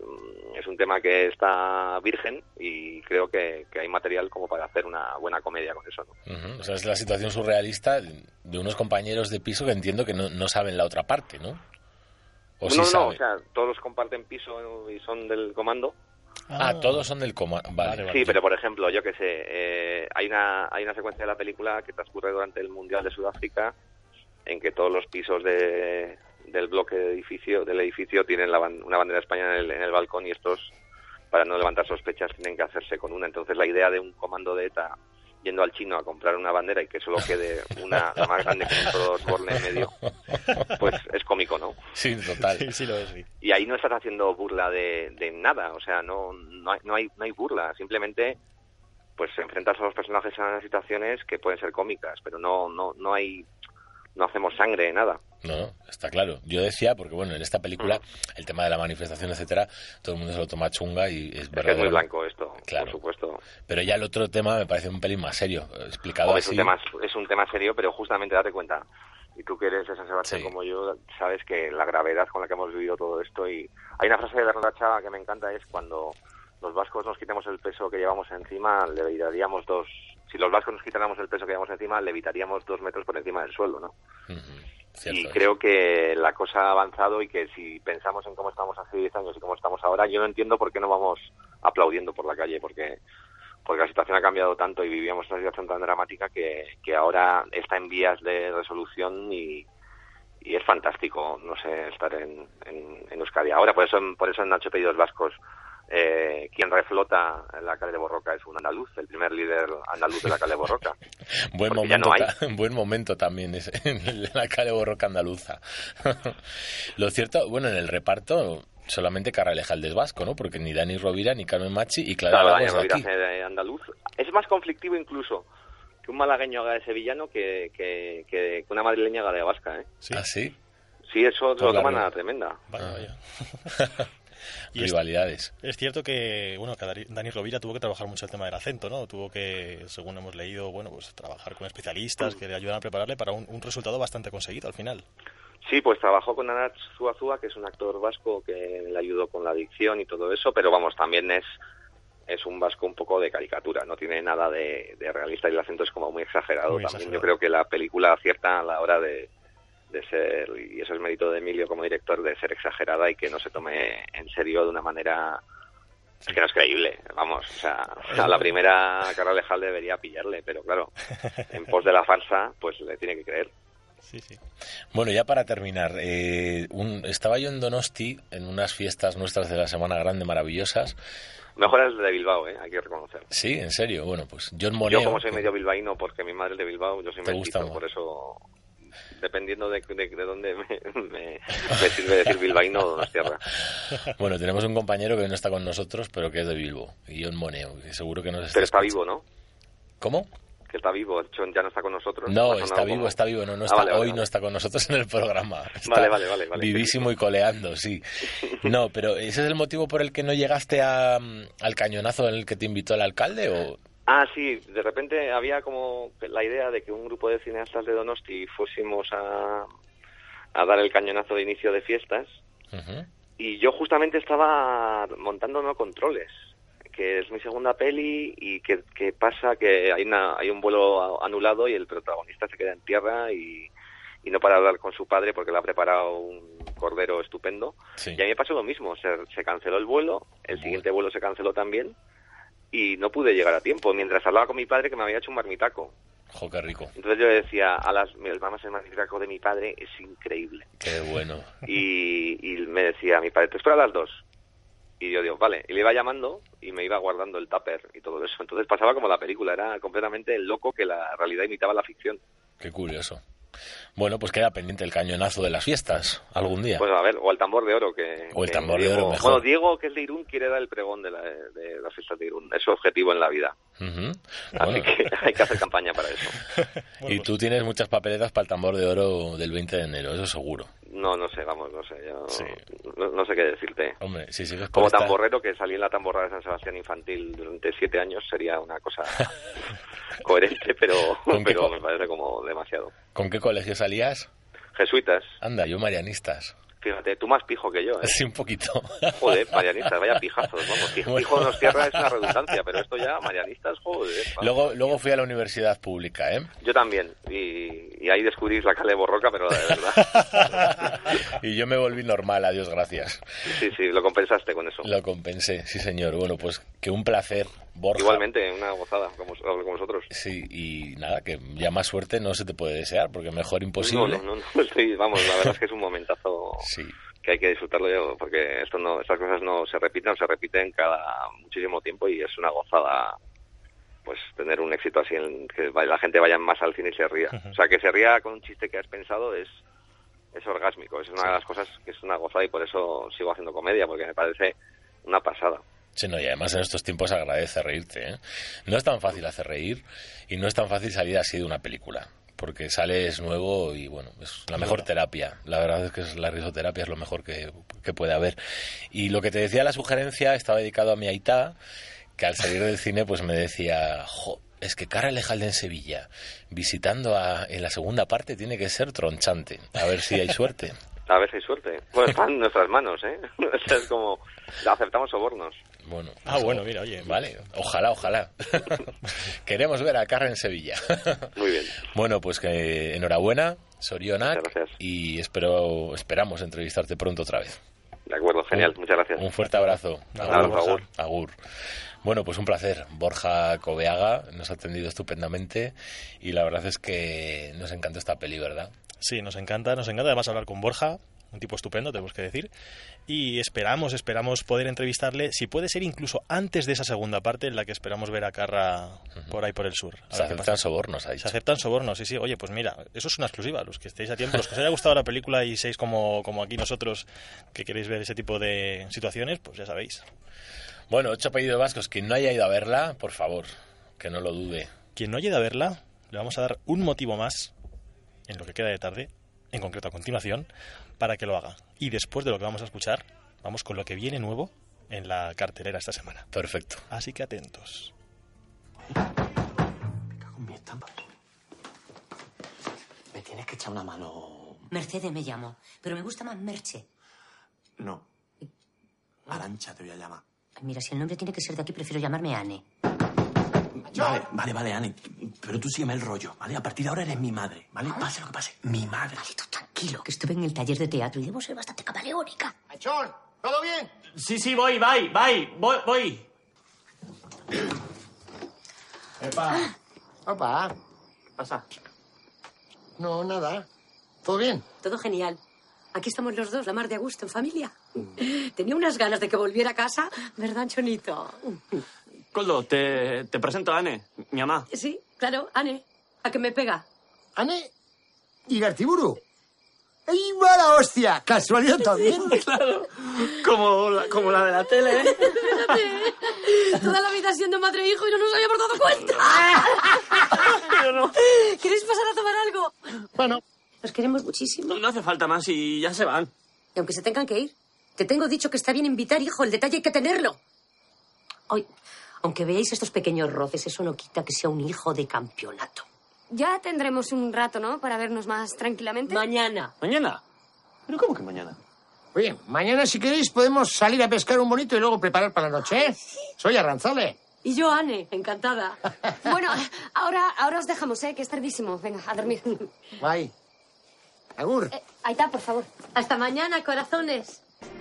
es un tema que está virgen y creo que, que hay material como para hacer una buena comedia con eso, ¿no? Uh-huh. O sea, es la situación surrealista de unos compañeros de piso que entiendo que no, no saben la otra parte, ¿no? ¿O no, sí no, saben? o sea, todos comparten piso y son del comando. Ah, ah, todos son del comando. Vale, Vale, vale. Sí, pero por ejemplo, yo que sé, eh, hay una hay una secuencia de la película que transcurre durante el Mundial de Sudáfrica en que todos los pisos de, del bloque de edificio del edificio tienen la, una bandera de España en el, en el balcón y estos, para no levantar sospechas, tienen que hacerse con una. Entonces la idea de un comando de ETA yendo al chino a comprar una bandera y que solo quede una, la más grande con un solo osborne en medio, pues es cómico, ¿no? Sí, total. Sí, sí lo es, sí. Y ahí no estás haciendo burla de, de nada, o sea, no no hay, no hay no hay burla, simplemente pues enfrentas a los personajes a situaciones que pueden ser cómicas, pero no no no hay no hacemos sangre, nada. No, está claro. Yo decía, porque bueno, en esta película, el tema de la manifestación, etcétera, todo el mundo se lo toma chunga y es Es que verdad. es muy blanco esto, Claro. por supuesto. Pero ya el otro tema me parece un pelín más serio, explicado Hombre, es así. un tema es un tema serio, pero justamente date cuenta, y tú que eres de San Sebastián Sí. como yo, sabes que la gravedad con la que hemos vivido todo esto, y hay una frase de Bernat Chava que me encanta, es cuando los vascos nos quitemos el peso que llevamos encima, le evitaríamos dos, si los vascos nos quitáramos el peso que llevamos encima, le evitaríamos dos metros por encima del suelo, ¿no? Uh-huh. Cierto Y es. creo que la cosa ha avanzado y que si pensamos en cómo estamos hace diez años y cómo estamos ahora, yo no entiendo por qué no vamos aplaudiendo por la calle, porque porque la situación ha cambiado tanto y vivíamos una situación tan dramática que, que ahora está en vías de resolución y, y es fantástico, no sé, estar en, en, en Euskadi ahora. Por eso, por eso en Nacho Pedidos Vascos, eh, quien reflota la Cale de Borroca es un andaluz, el primer líder andaluz de la Cale de Borroca. Buen Porque ya momento, no hay. ta- buen momento también es en la Cale Borroca andaluza. Lo cierto, bueno, en el reparto solamente Carra Alejalde es vasco, ¿no? Porque ni Dani Rovira, ni Carmen Machi y Clara Claro, Lago Dani es de Rovira aquí. hace de andaluz. Es más conflictivo incluso que un malagueño haga de sevillano que, que, que una madrileña haga de vasca, ¿eh? Sí. ¿Ah, sí? Sí, eso Por se lo la toman ri- a la tremenda. Vaya, Ah. vaya. Y es, Rivalidades. es cierto que, bueno, que Dani- Dani Rovira tuvo que trabajar mucho el tema del acento, ¿no? Tuvo que, según hemos leído, bueno, pues trabajar con especialistas que le ayudan a prepararle para un, un resultado bastante conseguido al final. Sí, pues trabajó con Anat Zuazua, que es un actor vasco que le ayudó con la dicción y todo eso, pero vamos, también es es un vasco un poco de caricatura, no tiene nada de, de realista y el acento es como muy exagerado. Muy También exagerado. yo creo que la película acierta a la hora de, de ser, y eso es mérito de Emilio como director, de ser exagerada y que no se tome en serio de una manera... Es que no es creíble, vamos, o sea, a la primera Carra Alejalde debería pillarle, pero claro, en pos de la farsa, pues le tiene que creer. Sí, sí. Bueno, ya para terminar, eh, un, estaba yo en Donosti en unas fiestas nuestras de la Semana Grande maravillosas Mejor es el de Bilbao, ¿eh? Hay que reconocer. Sí, en serio. Bueno, pues John Moneo... Yo como soy que... medio bilbaíno, porque mi madre es de Bilbao, yo soy ¿Te mestizo, gusta? por eso... Dependiendo de, de, de dónde me, me, me sirve decir bilbaíno o Donostierra. Bueno, tenemos un compañero que no está con nosotros, pero que es de Bilbo, y John Moneo, que seguro que nos está Pero está escuchando. vivo, ¿no? ¿Cómo? Que está vivo, John ya no está con nosotros. No, Me ha está sonado vivo, como- está vivo, no, no Ah, está, vale, vale, hoy vale. no está con nosotros en el programa. Está Vale, vale, vale, vale. vivísimo y coleando, sí. No, pero ¿ese es el motivo por el que no llegaste a, al cañonazo en el que te invitó el alcalde o...? Ah, sí, de repente había como la idea de que un grupo de cineastas de Donosti fuésemos a, a dar el cañonazo de inicio de fiestas, Uh-huh. y yo justamente estaba montando No Controles, que es mi segunda peli, y que, que pasa que hay una hay un vuelo anulado y el protagonista se queda en tierra y, y no para hablar con su padre porque le ha preparado un cordero estupendo. Sí. Y a mí me pasó lo mismo, se, se canceló el vuelo, el siguiente vuelo se canceló también, y no pude llegar a tiempo, mientras hablaba con mi padre que me había hecho un marmitaco. Jo, qué rico, Entonces yo decía, a las vamos el marmitaco de mi padre es increíble. qué bueno. Y, y me decía mi padre, te espero a las dos. Y yo digo, vale, y le iba llamando y me iba guardando el tupper y todo eso. Entonces pasaba como la película, era completamente el loco que la realidad imitaba la ficción. Qué curioso. Bueno, pues queda pendiente el cañonazo de las fiestas algún día. Pues a ver, o el tambor de oro que... O el que tambor de Diego- oro, mejor. Bueno, Diego, que es de Irún, quiere dar el pregón de, la, de las fiestas de Irún. Es su objetivo en la vida. Ujú. Así Bueno, que hay que hacer campaña para eso. y tú tienes muchas papeletas para el tambor de oro del veinte de enero, eso seguro. No, no sé, vamos, no sé. Yo Sí. no, no sé qué decirte. Hombre, si sigues por Como esta- tamborrero, que salí en la tamborra de San Sebastián infantil durante siete años, sería una cosa coherente, pero, ¿Con qué pero co- me parece como demasiado. ¿Con qué colegio salías? Jesuitas, Anda, yo marianistas. fíjate, tú más pijo que yo, ¿eh? Sí, un poquito. Joder, marianistas, vaya pijazos, vamos. Pijo, Bueno. pijo nos tierra es una redundancia, pero esto ya, marianistas, joder. va. Luego, luego fui a la universidad pública, ¿eh? Yo también, y, y ahí descubrís la calle Borroca, pero de verdad. Y yo me volví normal, adiós, gracias. Sí, sí, lo compensaste con eso. Lo compensé, sí señor. Bueno, pues que un placer, Borja. Igualmente, una gozada, como, como vosotros. Sí, y nada, que ya más suerte no se te puede desear, porque mejor imposible. No, no, no, no, estoy, vamos, la verdad es que es un momentazo Sí, que hay que disfrutarlo yo, porque esto no, estas cosas no se repiten, se repiten cada muchísimo tiempo y es una gozada, pues tener un éxito así, en que la gente vaya más al cine y se ría. O sea, que se ría con un chiste que has pensado es es orgásmico, es una de las cosas que es una gozada y por eso sigo haciendo comedia, porque me parece una pasada. sí, no, y además en estos tiempos agradece reírte, ¿eh? No es tan fácil hacer reír y no es tan fácil salir así de una película, porque sales nuevo y bueno, es la mejor terapia. La verdad es que es la risoterapia es lo mejor que, que puede haber. Y lo que te decía la sugerencia estaba dedicado a mi aitá, que al salir del cine pues me decía, jo, es que Cara Lejalde en Sevilla, visitando a, en la segunda parte tiene que ser tronchante. A ver si hay suerte. A ver si hay suerte. Bueno, está en nuestras manos, ¿eh? O sea, es como, aceptamos sobornos. Bueno, Ah, bueno, mira, oye. Vale, ojalá, ojalá. Queremos ver a Carra en Sevilla. Muy bien. Bueno, pues que enhorabuena, Sorionak, Muchas gracias. y espero, esperamos entrevistarte pronto otra vez. De acuerdo, genial, Un- muchas gracias. Un fuerte abrazo. Un abrazo, Borja. agur. Agur. Bueno, pues un placer. Borja Coveaga nos ha atendido estupendamente y la verdad es que nos encantó esta peli, ¿verdad? Sí, nos encanta, nos encanta además hablar con Borja, un tipo estupendo, tenemos que decir, y esperamos, esperamos poder entrevistarle, si puede ser incluso antes de esa segunda parte en la que esperamos ver a Carra por ahí por el sur. A Se ver qué aceptan pasa. sobornos, ha Se dicho. aceptan sobornos, sí, sí. Oye, pues mira, eso es una exclusiva. Los que estéis a tiempo, los que os haya gustado la película y seáis como, como aquí nosotros, que queréis ver ese tipo de situaciones, pues ya sabéis. Bueno, ocho apellidos vascos. Quien no haya ido a verla, por favor, que no lo dude. Quien no haya ido a verla, le vamos a dar un motivo más en lo que queda de tarde, en concreto a continuación, para que lo haga. Y después de lo que vamos a escuchar, vamos con lo que viene nuevo en la cartelera esta semana. Perfecto. Así que atentos. Me cago en mi estampa. Me tienes que echar una mano. Mercedes me llamo, pero me gusta más Merche. No. Arancha te voy a llamar. Ay, mira, si el nombre tiene que ser de aquí, prefiero llamarme Anne. Vale, vale, vale, Anne. Pero tú sígueme el rollo, ¿vale? A partir de ahora eres mi madre, ¿vale? Pase lo que pase. Mi madre. Vale, tú tranquilo, que estuve en el taller de teatro y debo ser bastante camaleónica. Machón, ¿todo bien? Sí, sí, voy, voy, voy, voy, voy. Epa. Opa, ¿Qué pasa? no, nada. ¿Todo bien? Todo genial. Aquí estamos los dos, la mar de a gusto, en familia. Tenía unas ganas de que volviera a casa, ¿verdad, Chonito? Coldo, te, te presento a Ane, mi mamá. Sí, claro, Ane. ¿A qué me pega? ¿Ane? ¿Y Gartiburu? ¡Ay, mala hostia! ¿Casualidad también? Claro, como la, como la de la tele. Espérate. Toda la vida siendo madre e hijo y no nos habíamos dado cuenta. Yo no. ¿Queréis pasar a tomar algo? Bueno. Nos queremos muchísimo. No, no hace falta más y ya se van. Y aunque se tengan que ir, te tengo dicho que está bien invitar, hijo. El detalle hay que tenerlo. Hoy, aunque veáis estos pequeños roces, eso no quita que sea un hijo de campeonato. Ya tendremos un rato, ¿no? Para vernos más tranquilamente. Mañana. ¿Mañana? ¿Pero cómo que mañana? Oye, mañana si queréis podemos salir a pescar un bonito y luego preparar para la noche, ¿eh? Soy Arranzale. Y yo, Ane, encantada. Bueno, ahora, ahora os dejamos, ¿eh? Que es tardísimo. Venga, a dormir. Bye. Agur. Eh, Aita, por favor. Hasta mañana, corazones.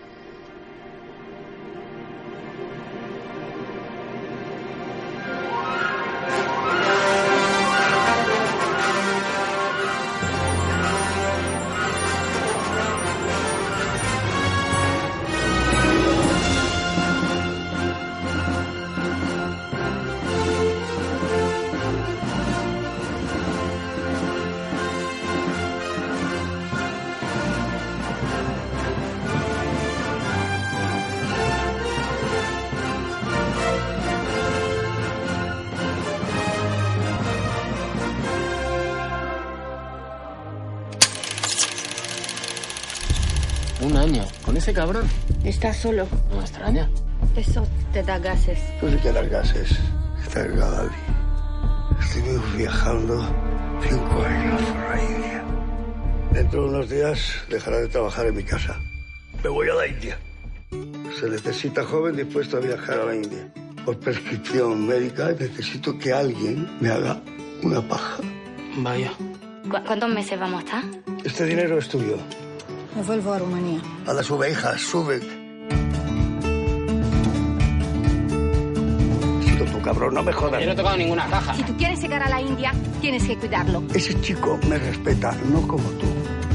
Un año. ¿Con ese cabrón? Estás solo. No me extraña. Eso te da gases. No sé qué dar gases. Está delgada. Estuvimos viajando cinco años por la India. Dentro de unos días dejará de trabajar en mi casa. Me voy a la India. Se necesita joven dispuesto a viajar a la India. Por prescripción médica necesito que alguien me haga una paja. Vaya. ¿Cu ¿Cuántos meses vamos a estar? Este dinero es tuyo. Me vuelvo a Rumanía. A la sube, hija, sube. Sigo tu cabrón, no me jodas. Yo no he tocado ninguna caja. Si tú quieres llegar a la India, tienes que cuidarlo. Ese chico me respeta, no como tú.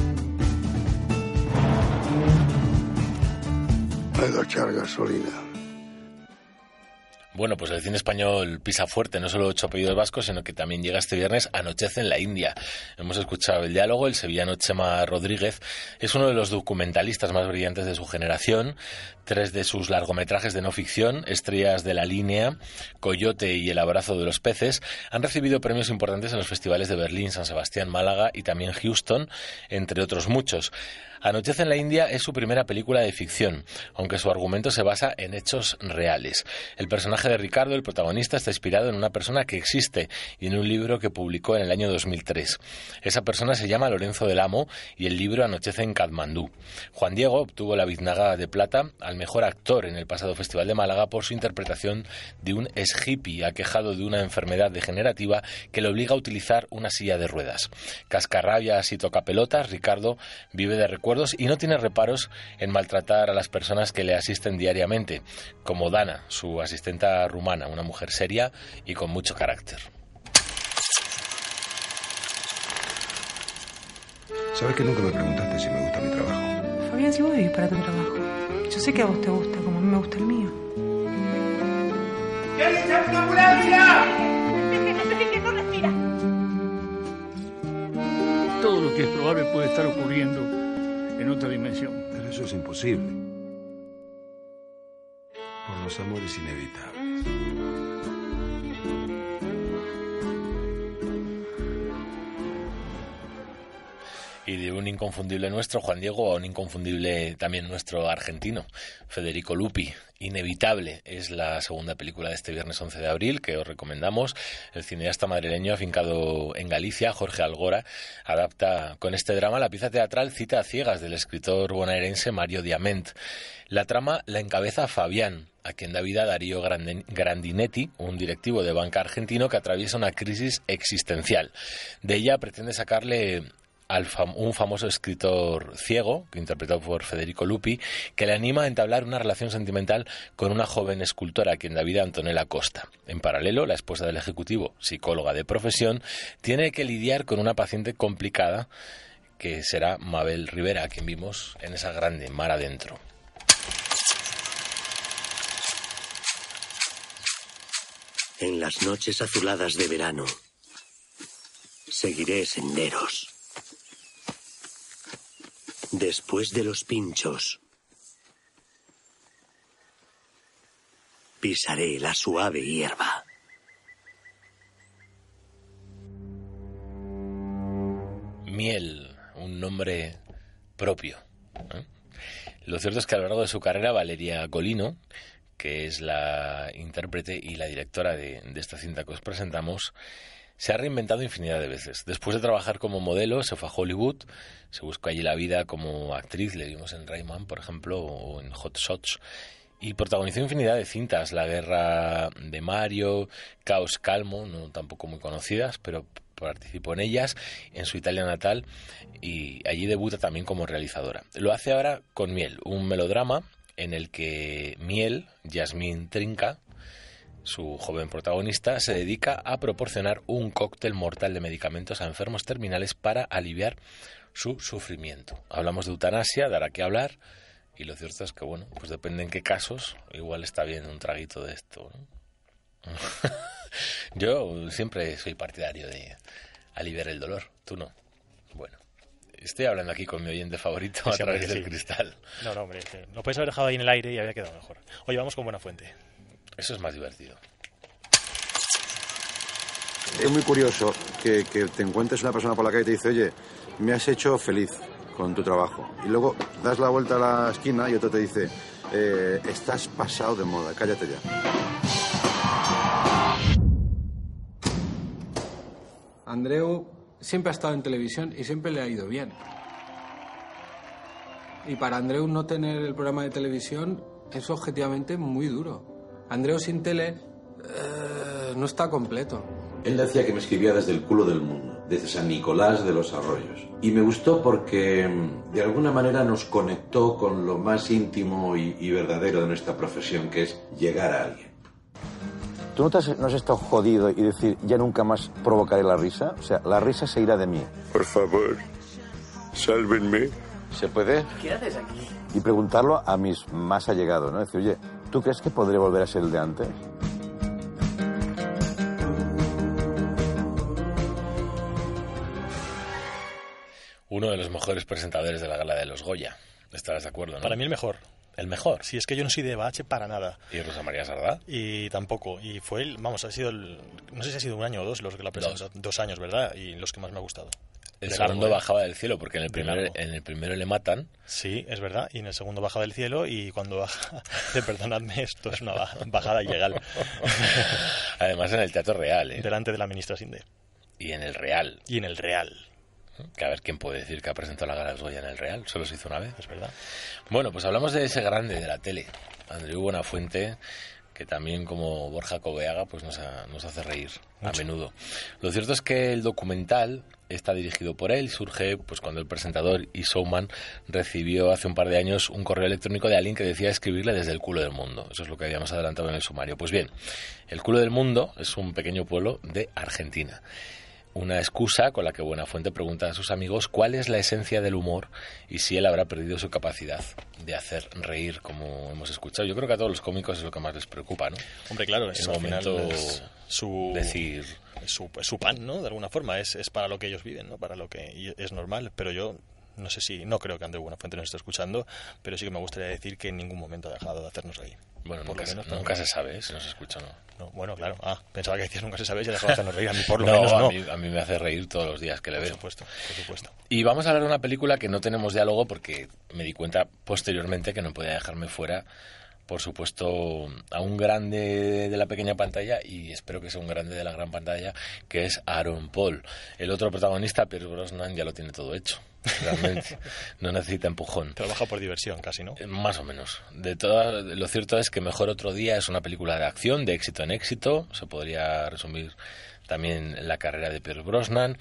Puedo echar gasolina. Bueno, pues el cine español pisa fuerte, no solo ocho apellidos vascos, sino que también llega este viernes Anochece en la India. Hemos escuchado el diálogo, el sevillano Chema Rodríguez es uno de los documentalistas más brillantes de su generación. Tres de sus largometrajes de no ficción, Estrellas de la Línea, Coyote y El abrazo de los peces, han recibido premios importantes en los festivales de Berlín, San Sebastián, Málaga y también Houston, entre otros muchos. Anochece en la India es su primera película de ficción, aunque su argumento se basa en hechos reales. El personaje de Ricardo, el protagonista, está inspirado en una persona que existe y en un libro que publicó en el año dos mil tres. Esa persona se llama Lorenzo del Amo y el libro Anochece en Katmandú. Juan Diego obtuvo la Biznaga de Plata al mejor actor en el pasado Festival de Málaga por su interpretación de un ex hippie aquejado de una enfermedad degenerativa que le obliga a utilizar una silla de ruedas. Cascarrabias y tocapelotas, Ricardo vive de recuerdos y no tiene reparos en maltratar a las personas que le asisten diariamente, como Dana, su asistenta rumana, una mujer seria y con mucho carácter. ¿Sabes que nunca me preguntaste si me gusta mi trabajo? Fabián, si vos vivís para tu trabajo, yo sé que a vos te gusta, como a mí me gusta el mío. ¿Qué dice una ambulancia? No respira. Todo lo que es probable puede estar ocurriendo en otra dimensión. Pero eso es imposible. Por los amores inevitables. Y de un inconfundible nuestro, Juan Diego, a un inconfundible también nuestro argentino, Federico Lupi. Inevitable es la segunda película de este viernes once de abril que os recomendamos. El cineasta madrileño afincado en Galicia, Jorge Algora, adapta con este drama la pieza teatral Cita a ciegas del escritor bonaerense Mario Diament. La trama la encabeza Fabián, a quien da vida Darío Grandinetti, un directivo de banca argentino que atraviesa una crisis existencial. De ella pretende sacarle al fam- un famoso escritor ciego, interpretado por Federico Lupi, que le anima a entablar una relación sentimental con una joven escultora a quien da vida Antonella Costa. En paralelo, la esposa del ejecutivo, psicóloga de profesión, tiene que lidiar con una paciente complicada que será Mabel Rivera, a quien vimos en esa grande Mar Adentro. En las noches azuladas de verano, seguiré senderos. Después de los pinchos, pisaré la suave hierba. Miel, un nombre propio, ¿eh? Lo cierto es que a lo largo de su carrera, Valeria Golino, que es la intérprete y la directora de, de esta cinta que os presentamos, se ha reinventado infinidad de veces. Después de trabajar como modelo, se fue a Hollywood, se buscó allí la vida como actriz, le vimos en Rayman, por ejemplo, o en Hot Shots, y protagonizó infinidad de cintas, La guerra de Mario, Caos Calmo, no tampoco muy conocidas, pero participó en ellas, en su Italia natal, y allí debuta también como realizadora. Lo hace ahora con Miel, un melodrama en el que Miel, Yasmín Trinca, su joven protagonista, se dedica a proporcionar un cóctel mortal de medicamentos a enfermos terminales para aliviar su sufrimiento. Hablamos de eutanasia, dará que hablar, y lo cierto es que, bueno, pues depende en qué casos, igual está bien un traguito de esto, ¿no? Yo siempre soy partidario de aliviar el dolor, tú no. Bueno, estoy hablando aquí con mi oyente favorito a Sí, través hombre, del sí. cristal. No, no, hombre, que lo puedes haber dejado ahí en el aire y había quedado mejor. Oye, vamos con Buena Fuente. Eso es más divertido. Es muy curioso que, que te encuentres una persona por la calle y te dice, oye, me has hecho feliz con tu trabajo. Y luego das la vuelta a la esquina y otro te dice, eh, estás pasado de moda, cállate ya. Andreu siempre ha estado en televisión y siempre le ha ido bien. Y para Andreu no tener el programa de televisión es objetivamente muy duro. Andreu sin tele eh, no está completo. Él decía que me escribía desde el culo del mundo, desde San Nicolás de los Arroyos. Y me gustó porque de alguna manera nos conectó con lo más íntimo y, y verdadero de nuestra profesión, que es llegar a alguien. ¿Tú no, te has, no has estado jodido y decir, ya nunca más provocaré la risa? O sea, la risa se irá de mí. Por favor, sálvenme. ¿Se puede? ¿Qué haces aquí? Y preguntarlo a mis más allegados, ¿no? Decir, oye, ¿tú crees que podré volver a ser el de antes? Uno de los mejores presentadores de la gala de los Goya. Estarás de acuerdo, ¿no? Para mí el mejor. ¿El mejor? Sí, es que yo no soy de Bache para nada. ¿Y Rosa María Sardá? Y tampoco. Y fue el, vamos, ha sido el, no sé si ha sido un año o dos los que la presentó. Dos. dos años, ¿verdad? Y los que más me ha gustado. El de segundo largo, bajaba del cielo, porque en el, de primero, largo. en el primero le matan. Sí, es verdad. Y en el segundo baja del cielo, y cuando baja, de perdonadme, esto es una bajada ilegal. Además en el Teatro Real, ¿eh? Delante de la ministra Sinde. Y en el Real. Y en el Real. Que a ver quién puede decir que ha presentado la gala de los Goya en el Real. Solo se hizo una vez. Es verdad. Bueno, pues hablamos de ese grande de la tele, Andreu Buenafuente, que también como Borja Coveaga pues nos, ha, nos hace reír a menudo. Lo cierto es que el documental está dirigido por él, surge pues cuando el presentador y showman recibió hace un par de años un correo electrónico de alguien que decía escribirle desde el culo del mundo. Eso es lo que habíamos adelantado en el sumario. Pues bien, el culo del mundo es un pequeño pueblo de Argentina. Una excusa con la que Buenafuente pregunta a sus amigos cuál es la esencia del humor y si él habrá perdido su capacidad de hacer reír, como hemos escuchado. Yo creo que a todos los cómicos es lo que más les preocupa, ¿no? Hombre, claro, en es el al final momento es su decir su, su pan, ¿no? De alguna forma es, es para lo que ellos viven, ¿no? Para lo que y es normal, pero yo no sé si, no creo que Andreu Buenafuente nos esté escuchando, pero sí que me gustaría decir que en ningún momento ha dejado de hacernos reír. Bueno, por nunca, lo menos, se, nunca se sabe, ¿eh? Si nos escucha o no. no. Bueno, claro. Ah, pensaba que decías nunca se sabe si ha dejado de hacernos reír. A mí por lo no, menos no. A mí, a mí me hace reír todos los días que le por veo. Por supuesto, por supuesto. Y vamos a hablar de una película que no tenemos diálogo porque me di cuenta posteriormente que no podía dejarme fuera, por supuesto, a un grande de la pequeña pantalla y espero que sea un grande de la gran pantalla, que es Aaron Paul. El otro protagonista, Pierce Brosnan, ya lo tiene todo hecho. Realmente no necesita empujón. Trabaja por diversión casi, ¿no? Más o menos. De todo, lo cierto es que Mejor otro día es una película de acción, de éxito en éxito. Se podría resumir también la carrera de Pierce Brosnan.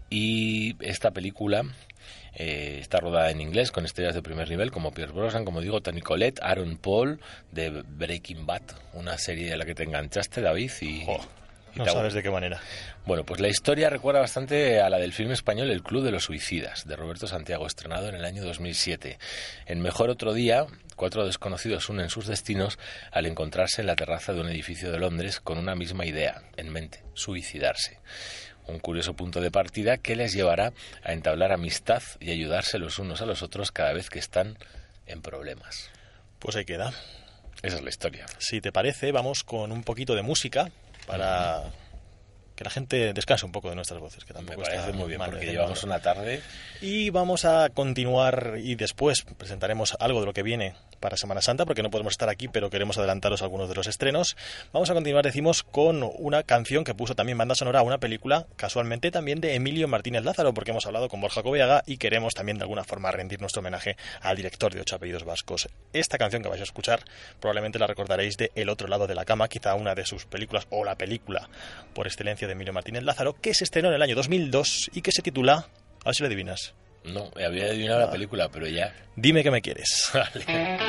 Y esta película eh, está rodada en inglés con estrellas de primer nivel como Pierce Brosnan, como digo, Toni Collette, Aaron Paul de Breaking Bad, una serie de la que te enganchaste, David, y... Oh. No sabes de qué manera. Bueno, pues la historia recuerda bastante a la del filme español El Club de los Suicidas, de Roberto Santiago, estrenado en el año dos mil siete. En Mejor Otro Día, cuatro desconocidos unen sus destinos al encontrarse en la terraza de un edificio de Londres con una misma idea en mente: suicidarse. Un curioso punto de partida que les llevará a entablar amistad y ayudarse los unos a los otros cada vez que están en problemas. Pues ahí queda. Esa es la historia. Si te parece, vamos con un poquito de música para que la gente descanse un poco de nuestras voces, que tampoco Me parece está muy bien, mal porque de llevamos modo. una tarde. Y vamos a continuar y después presentaremos algo de lo que viene para Semana Santa, porque no podemos estar aquí, pero queremos adelantaros algunos de los estrenos. Vamos a continuar, decimos, con una canción que puso también banda sonora a una película, casualmente también de Emilio Martínez Lázaro, porque hemos hablado con Borja Coveaga y queremos también de alguna forma rendir nuestro homenaje al director de Ocho Apellidos Vascos. Esta canción que vais a escuchar probablemente la recordaréis de El Otro Lado de la Cama, quizá una de sus películas, o la película por excelencia de Emilio Martínez Lázaro, que se estrenó en el año dos mil dos y que se titula, a ver si lo adivinas. No, había adivinado Ah. la película, pero ya... Dime que me quieres. Vale.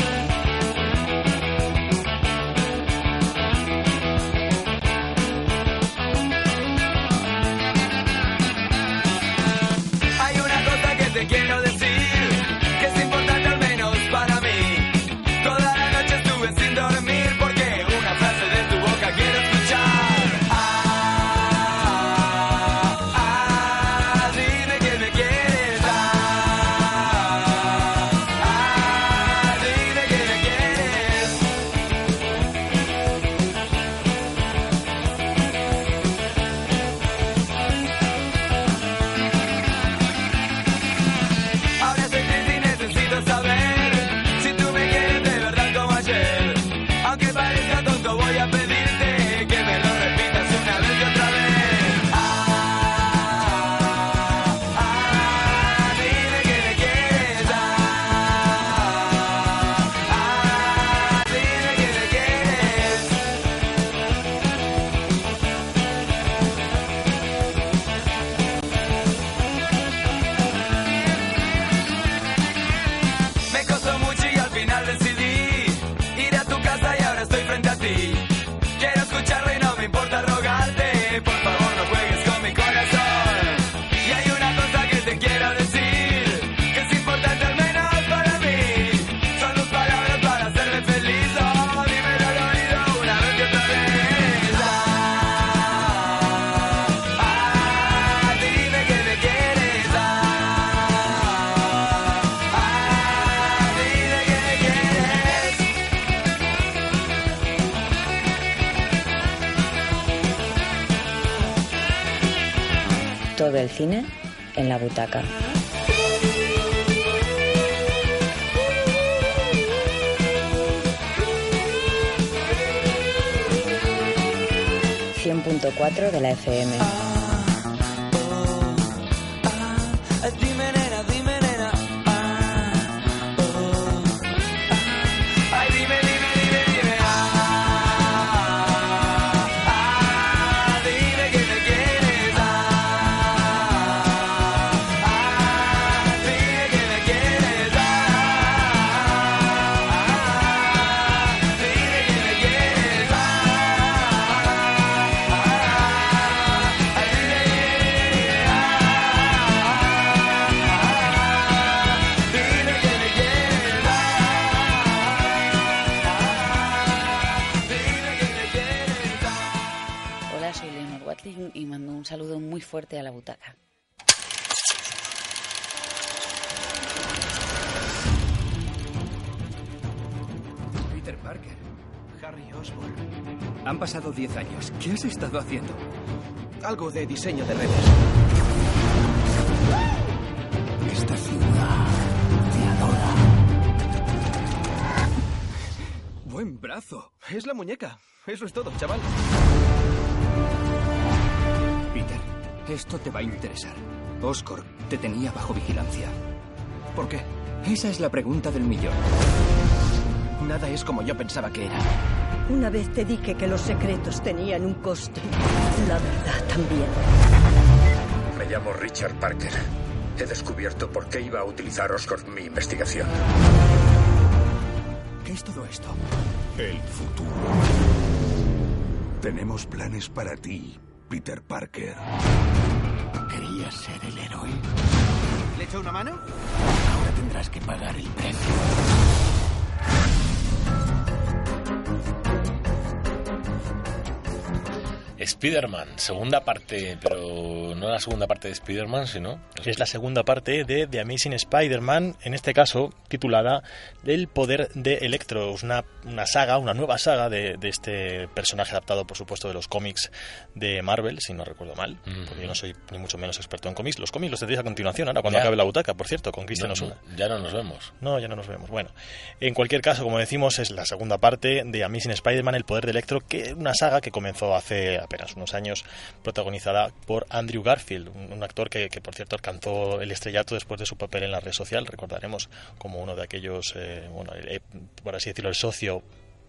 Hay una cosa que te quiero decir, que es importante al menos para mí. Toda la noche estuve sin dormir porque una frase de tu boca quiero escuchar. Ah, ah, dime que me quieres. Ah, ah, dime que me quieres. Ahora estoy triste y necesito saber si tú me quieres de verdad como ayer. Aunque parezca tonto, voy a pedirte que me lo repitas una vez y otra vez. Ah, ah, dime que me quieres. Ah, ah, dime que me quieres. Me costó mucho y al final decidí ir a tu casa y ahora estoy frente a ti. Quiero escucharlo y no me importa rogarte. Por favor, no juegues con mi corazón. Y hay una cosa que te quiero decir, que es importante al menos para mí. Son tus palabras para hacerme feliz. Oh, dímelo al oído una vez y otra vez. Ah, ah, dime que me quieres. Ah, ah, dime que me quieres. Todo el cine en la butaca. cien punto cuatro de la F M. Dime nena, dime nena. Ah, oh, ah. Ay, dime, dime, dime, dime. Ah, ah, dime que me quieres. Ah, ah, dime que me quieres. Ah, ah, dime que me quieres. Ah, ah, ay, dime, dime, dime. Hola, soy Leonor Watling y mando un saludo muy fuerte a la butaca. Peter Parker, Harry Osborn. Han pasado diez años. ¿Qué has estado haciendo? Algo de diseño de redes. Esta ciudad te adora. Buen brazo. Es la muñeca. Eso es todo, chaval. Peter, esto te va a interesar. Oscorp te tenía bajo vigilancia. ¿Por qué? Esa es la pregunta del millón. Nada es como yo pensaba que era. Una vez te dije que los secretos tenían un coste. La verdad también. Me llamo Richard Parker. He descubierto por qué iba a utilizar Oscorp mi investigación. ¿Qué es todo esto? El futuro. Tenemos planes para ti, Peter Parker. ¿Querías ser el héroe? ¿Le echo una mano? Ahora tendrás que pagar el precio. Spider-Man, segunda parte, pero no la segunda parte de Spider-Man, sino... Es la segunda parte de The Amazing Spider-Man, en este caso titulada El poder de Electro, una, una saga, una nueva saga de, de este personaje adaptado, por supuesto, de los cómics de Marvel, si no recuerdo mal, mm. porque yo no soy ni mucho menos experto en cómics. Los cómics los tendréis a continuación, ahora cuando ya. acabe la butaca, por cierto, con Cristian no, Osuna. No, ya no nos vemos. No, ya no nos vemos. Bueno, en cualquier caso, como decimos, es la segunda parte de Amazing Spider-Man, El poder de Electro, que es una saga que comenzó hace apenas unos años, protagonizada por Andrew Garfield, un, un actor que, que, por cierto, alcanzó el estrellato después de su papel en la red social. Recordaremos como uno de aquellos, eh, bueno, eh, por así decirlo, el socio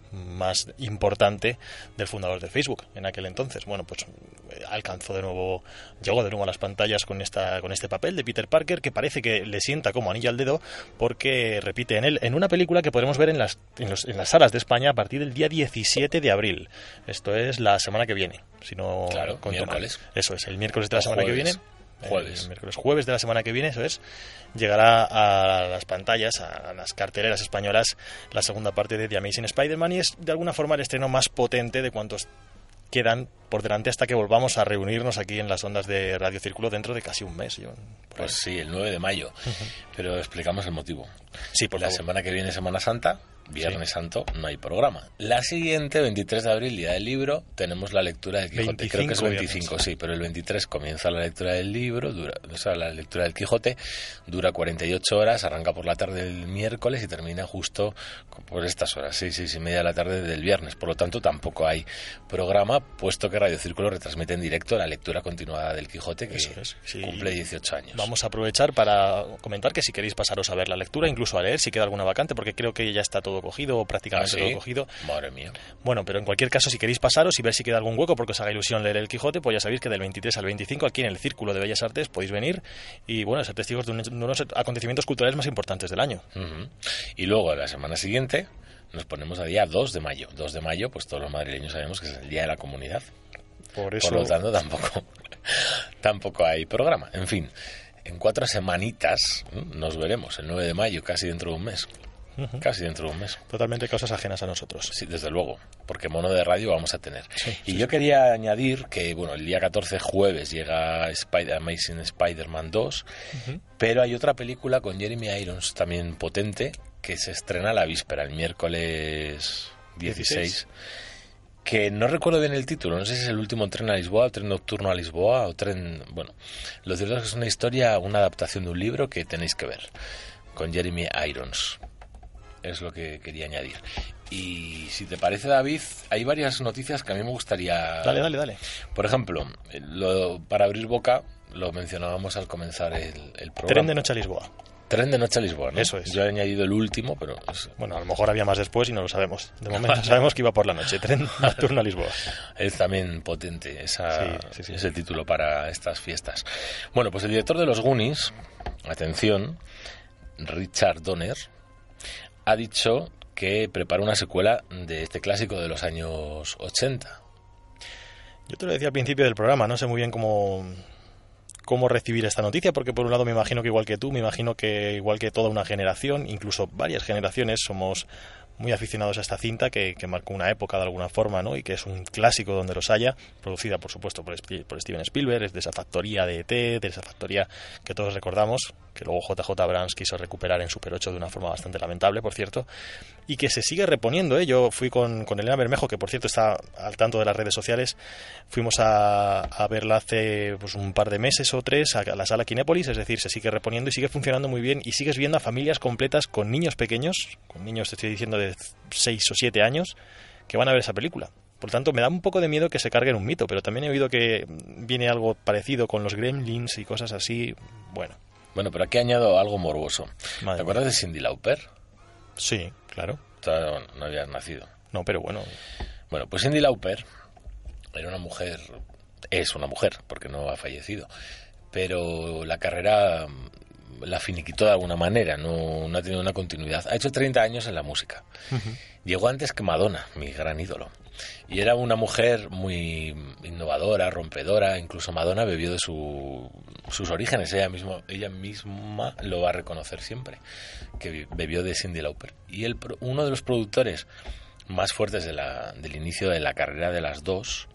más importante del fundador de Facebook en aquel entonces. Bueno, pues alcanzó de nuevo, llegó de nuevo a las pantallas con esta con este papel de Peter Parker, que parece que le sienta como anillo al dedo, porque repite en él en una película que podremos ver en las en, los, en las salas de España a partir del día diecisiete de abril. Esto es la semana que viene, si no claro, miércoles. Mal. Eso es, el miércoles de la semana jueves. que viene. Jueves. El miércoles jueves de la semana que viene, eso es, llegará a las pantallas, a las carteleras españolas, la segunda parte de The Amazing Spider-Man, y es de alguna forma el estreno más potente de cuantos quedan por delante hasta que volvamos a reunirnos aquí en las ondas de Radio Círculo dentro de casi un mes. Yo, pues sí, el nueve de mayo, uh-huh. pero explicamos el motivo. Sí, por la favor. semana que viene, Semana Santa, Viernes sí. Santo, no hay programa. La siguiente, veintitrés de abril, Día del Libro, tenemos la lectura del Quijote. Creo que es veinticinco, viernes. Sí, pero el veintitrés comienza la lectura del libro, dura, o sea, la lectura del Quijote, dura cuarenta y ocho horas, arranca por la tarde del miércoles y termina justo por estas horas, seis, seis y media de la tarde del viernes. Por lo tanto, tampoco hay programa, puesto que Radio Círculo retransmite en directo la lectura continuada del Quijote, que Eso es, sí. cumple dieciocho años. Vamos a aprovechar para comentar que si queréis pasaros a ver la lectura, incluso a leer si queda alguna vacante, porque creo que ya está todo cogido o prácticamente ¿Ah, sí? todo cogido. Madre mía. Bueno, pero en cualquier caso, si queréis pasaros y ver si queda algún hueco porque os haga ilusión leer el Quijote, pues ya sabéis que del veintitrés al veinticinco aquí en el Círculo de Bellas Artes podéis venir y, bueno, ser testigos de, un, de unos acontecimientos culturales más importantes del año. Uh-huh. Y luego, la semana siguiente, nos ponemos a día dos de mayo. dos de mayo, pues todos los madrileños sabemos que es el Día de la Comunidad. Por eso... Por lo tanto, tampoco, tampoco hay programa. En fin, en cuatro semanitas nos veremos, el nueve de mayo, casi dentro de un mes. Uh-huh. Casi dentro de un mes. Totalmente cosas ajenas a nosotros. Sí, desde luego, porque mono de radio vamos a tener. Sí, y sí, yo sí. quería añadir que, bueno, el día catorce, jueves, llega Spider- Amazing Spider-Man dos, uh-huh. pero hay otra película con Jeremy Irons también potente, que se estrena a la víspera, el miércoles dieciséis, que no recuerdo bien el título, no sé si es el último tren a Lisboa, o tren nocturno a Lisboa, o tren... Bueno, lo cierto es que es una historia, una adaptación de un libro que tenéis que ver, con Jeremy Irons. Es lo que quería añadir. Y si te parece, David, hay varias noticias que a mí me gustaría... Dale, dale, dale. Por ejemplo, lo, para abrir boca, lo mencionábamos al comenzar el, el programa. Tren de noche a Lisboa. Tren de noche a Lisboa, ¿no? Eso es. Yo he añadido el último, pero... Es... Bueno, a lo mejor había más después y no lo sabemos. De momento sabemos que iba por la noche. Tren nocturno a Lisboa. Es también potente esa, sí, sí, sí. ese título para estas fiestas. Bueno, pues el director de los Goonies, atención, Richard Donner, ha dicho que prepara una secuela de este clásico de los años ochenta. Yo te lo decía al principio del programa, no sé muy bien cómo, cómo recibir esta noticia, porque por un lado me imagino que igual que tú, me imagino que igual que toda una generación, incluso varias generaciones, somos muy aficionados a esta cinta que, que marcó una época de alguna forma, ¿no? Y que es un clásico donde los haya, producida por supuesto por, por Steven Spielberg, es de esa factoría de E T, de esa factoría que todos recordamos, que luego J J Abrams quiso recuperar en Super ocho de una forma bastante lamentable, por cierto, y que se sigue reponiendo, ¿eh? Yo fui con, con Elena Bermejo, que por cierto está al tanto de las redes sociales, fuimos a, a verla hace pues, un par de meses o tres a la sala Kinépolis, es decir, se sigue reponiendo y sigue funcionando muy bien, y sigues viendo a familias completas con niños pequeños, con niños, te estoy diciendo, de seis o siete años, que van a ver esa película. Por tanto, me da un poco de miedo que se carguen un mito, pero también he oído que viene algo parecido con los Gremlins y cosas así, bueno. Bueno, pero aquí añado algo morboso. Madre ¿Te acuerdas mía. de Cyndi Lauper? Sí, claro. Todavía no habías nacido. No, pero bueno. Bueno, pues Cyndi Lauper era una mujer, es una mujer, porque no ha fallecido, pero la carrera la finiquitó de alguna manera, no, no ha tenido una continuidad. Ha hecho treinta años en la música. Uh-huh. Llegó antes que Madonna, mi gran ídolo. Y era una mujer muy innovadora, rompedora. Incluso Madonna bebió de su, sus orígenes. Ella, mismo, ella misma lo va a reconocer siempre, que bebió de Cyndi Lauper. Y el, uno de los productores más fuertes de la, del inicio de la carrera de las dos,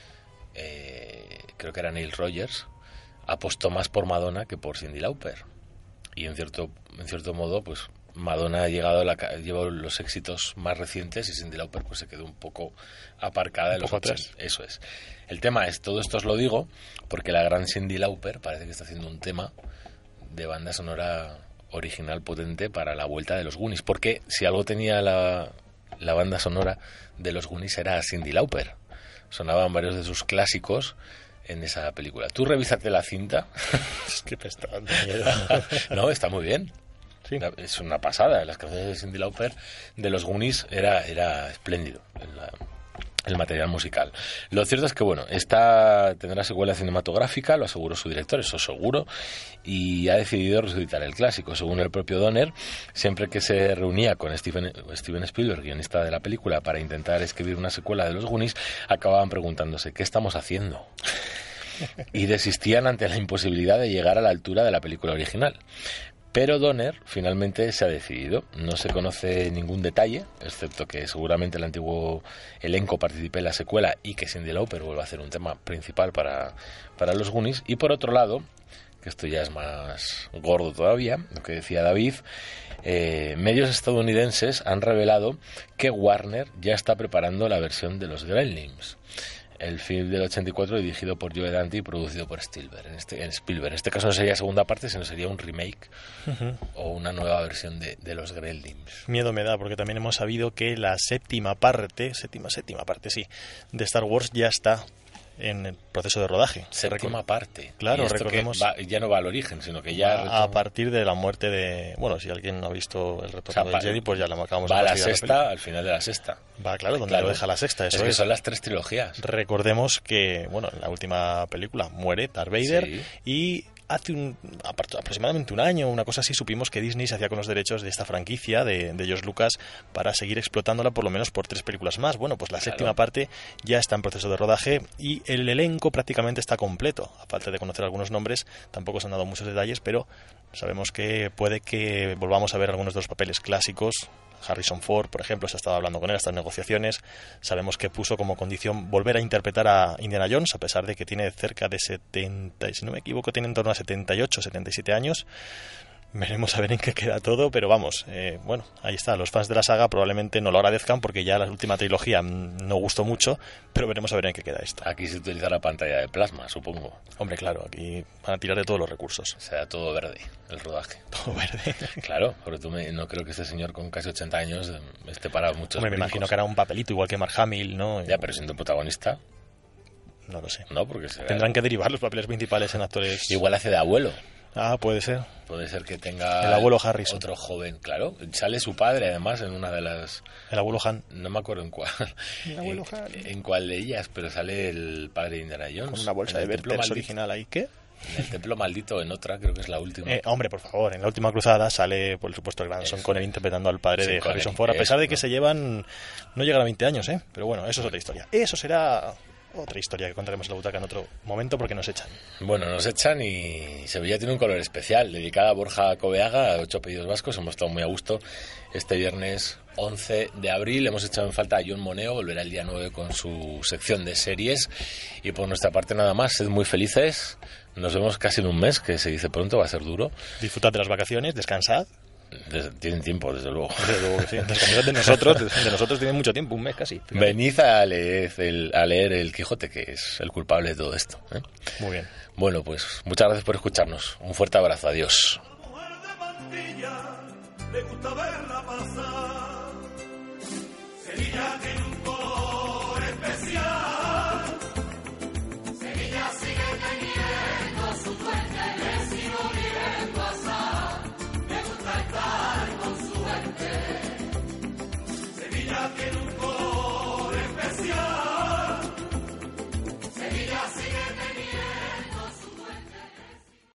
eh, creo que era Neil Rogers, apostó más por Madonna que por Cyndi Lauper. Y en cierto, en cierto modo, pues Madonna ha llegado a la, llevó los éxitos más recientes y Cyndi Lauper pues se quedó un poco aparcada en los atrás. Eso es. El tema es, todo esto os lo digo porque la gran Cyndi Lauper parece que está haciendo un tema de banda sonora original potente para la vuelta de los Goonies, porque si algo tenía la, la banda sonora de los Goonies era Cyndi Lauper. Sonaban varios de sus clásicos en esa película. Tú revísate la cinta. Es que me está dando miedo. No, está muy bien. Sí. Es una pasada. Las canciones de Cyndi Lauper de los Goonies era, era espléndido el, el material musical. Lo cierto es que, bueno, esta tendrá secuela cinematográfica, lo aseguró su director, eso seguro, y ha decidido resucitar el clásico. Según el propio Donner, siempre que se reunía con Steven, Steven Spielberg, guionista de la película, para intentar escribir una secuela de los Goonies, acababan preguntándose ¿qué estamos haciendo? Y desistían ante la imposibilidad de llegar a la altura de la película original. Pero Donner finalmente se ha decidido. No se conoce ningún detalle, excepto que seguramente el antiguo elenco participe en la secuela y que Cyndi Lauper vuelva a hacer un tema principal para, para los Goonies. Y por otro lado, que esto ya es más gordo todavía, lo que decía David, eh, medios estadounidenses han revelado que Warner ya está preparando la versión de los Gremlins. El film del ochenta y cuatro dirigido por Joe Dante y producido por Spielberg. En este, en Spielberg. En este caso no sería segunda parte, sino sería un remake uh-huh. o una nueva versión de, de los Gremlins. Miedo me da, porque también hemos sabido que la séptima parte, séptima, séptima parte, sí, de Star Wars ya está en el proceso de rodaje. Séptima Recor- parte. Claro, y esto recordemos. Que va, ya no va al origen, sino que ya. A, a partir de la muerte de. Bueno, si alguien no ha visto el retorno o sea, del Jedi, pues ya lo acabamos de ver. Va a la sexta, la al final de la sexta. Va, claro, donde claro. lo deja la sexta. Eso es que es. son las tres trilogías. Recordemos que, bueno, en la última película muere Darth Vader sí. y. Hace un, aproximadamente un año, una cosa así, supimos que Disney se hacía con los derechos de esta franquicia de, de George Lucas para seguir explotándola por lo menos por tres películas más. Bueno, pues la claro. séptima parte ya está en proceso de rodaje y el elenco prácticamente está completo. A falta de conocer algunos nombres, tampoco se han dado muchos detalles, pero sabemos que puede que volvamos a ver algunos de los papeles clásicos. Harrison Ford, por ejemplo, se ha estado hablando con él, estas negociaciones. Sabemos que puso como condición volver a interpretar a Indiana Jones, a pesar de que tiene cerca de setenta, si no me equivoco, tiene en torno a setenta y ocho, setenta y siete años. Veremos a ver en qué queda todo, pero vamos, eh, bueno, ahí está. Los fans de la saga probablemente no lo agradezcan porque ya la última trilogía no gustó mucho, pero veremos a ver en qué queda esto. Aquí se utiliza la pantalla de plasma, supongo. Hombre, claro, aquí van a tirar de todos los recursos. O sea, todo verde, el rodaje. Todo verde. Claro, pero tú me, no creo que este señor con casi ochenta años esté para muchos Hombre, me brincos. imagino que hará un papelito igual que Mark Hamill, ¿no? Ya, pero siendo protagonista... No lo sé. No, porque será... Tendrán que derivar los papeles principales en actores... Igual hace de abuelo. Ah, puede ser. Puede ser que tenga... El abuelo Harrison. Otro joven, claro. Sale su padre, además, en una de las... El abuelo Han. No me acuerdo en cuál. El abuelo Han. En, en cuál de ellas, pero sale el padre de Indiana Jones. Con una bolsa de Werther's original ahí. ¿Qué? En el Templo Maldito, en otra, creo que es la última. Eh, hombre, por favor, en la última cruzada sale, por supuesto, el gran Sean Connery interpretando al padre sí, de Harrison Ford, a pesar de que no. se llevan... No llegan a veinte años, ¿eh? Pero bueno, eso es otra historia. Eso será... Otra historia que contaremos en la butaca en otro momento porque nos echan. Bueno, nos echan y Sevilla tiene un color especial, dedicada a Borja Coveaga, a ocho apellidos vascos. Hemos estado muy a gusto este viernes once de abril. Hemos echado en falta a John Moneo, volverá el día nueve con su sección de series. Y por nuestra parte nada más, sed muy felices. Nos vemos casi en un mes, que se dice pronto, va a ser duro. Disfrutad de las vacaciones, descansad. Desde, tienen tiempo, desde luego. Desde luego que sí. Desde nosotros, de nosotros tienen mucho tiempo, un mes casi. Fíjate. Venid a leer, el, a leer el Quijote, que es el culpable de todo esto, ¿eh? Muy bien. Bueno, pues muchas gracias por escucharnos. Un fuerte abrazo. Adiós. Sevilla tiene un color especial. Sevilla sigue teniendo su fuente, le sigo viendo asar. Me gusta estar con su gente. Sevilla tiene un color especial. Sevilla sigue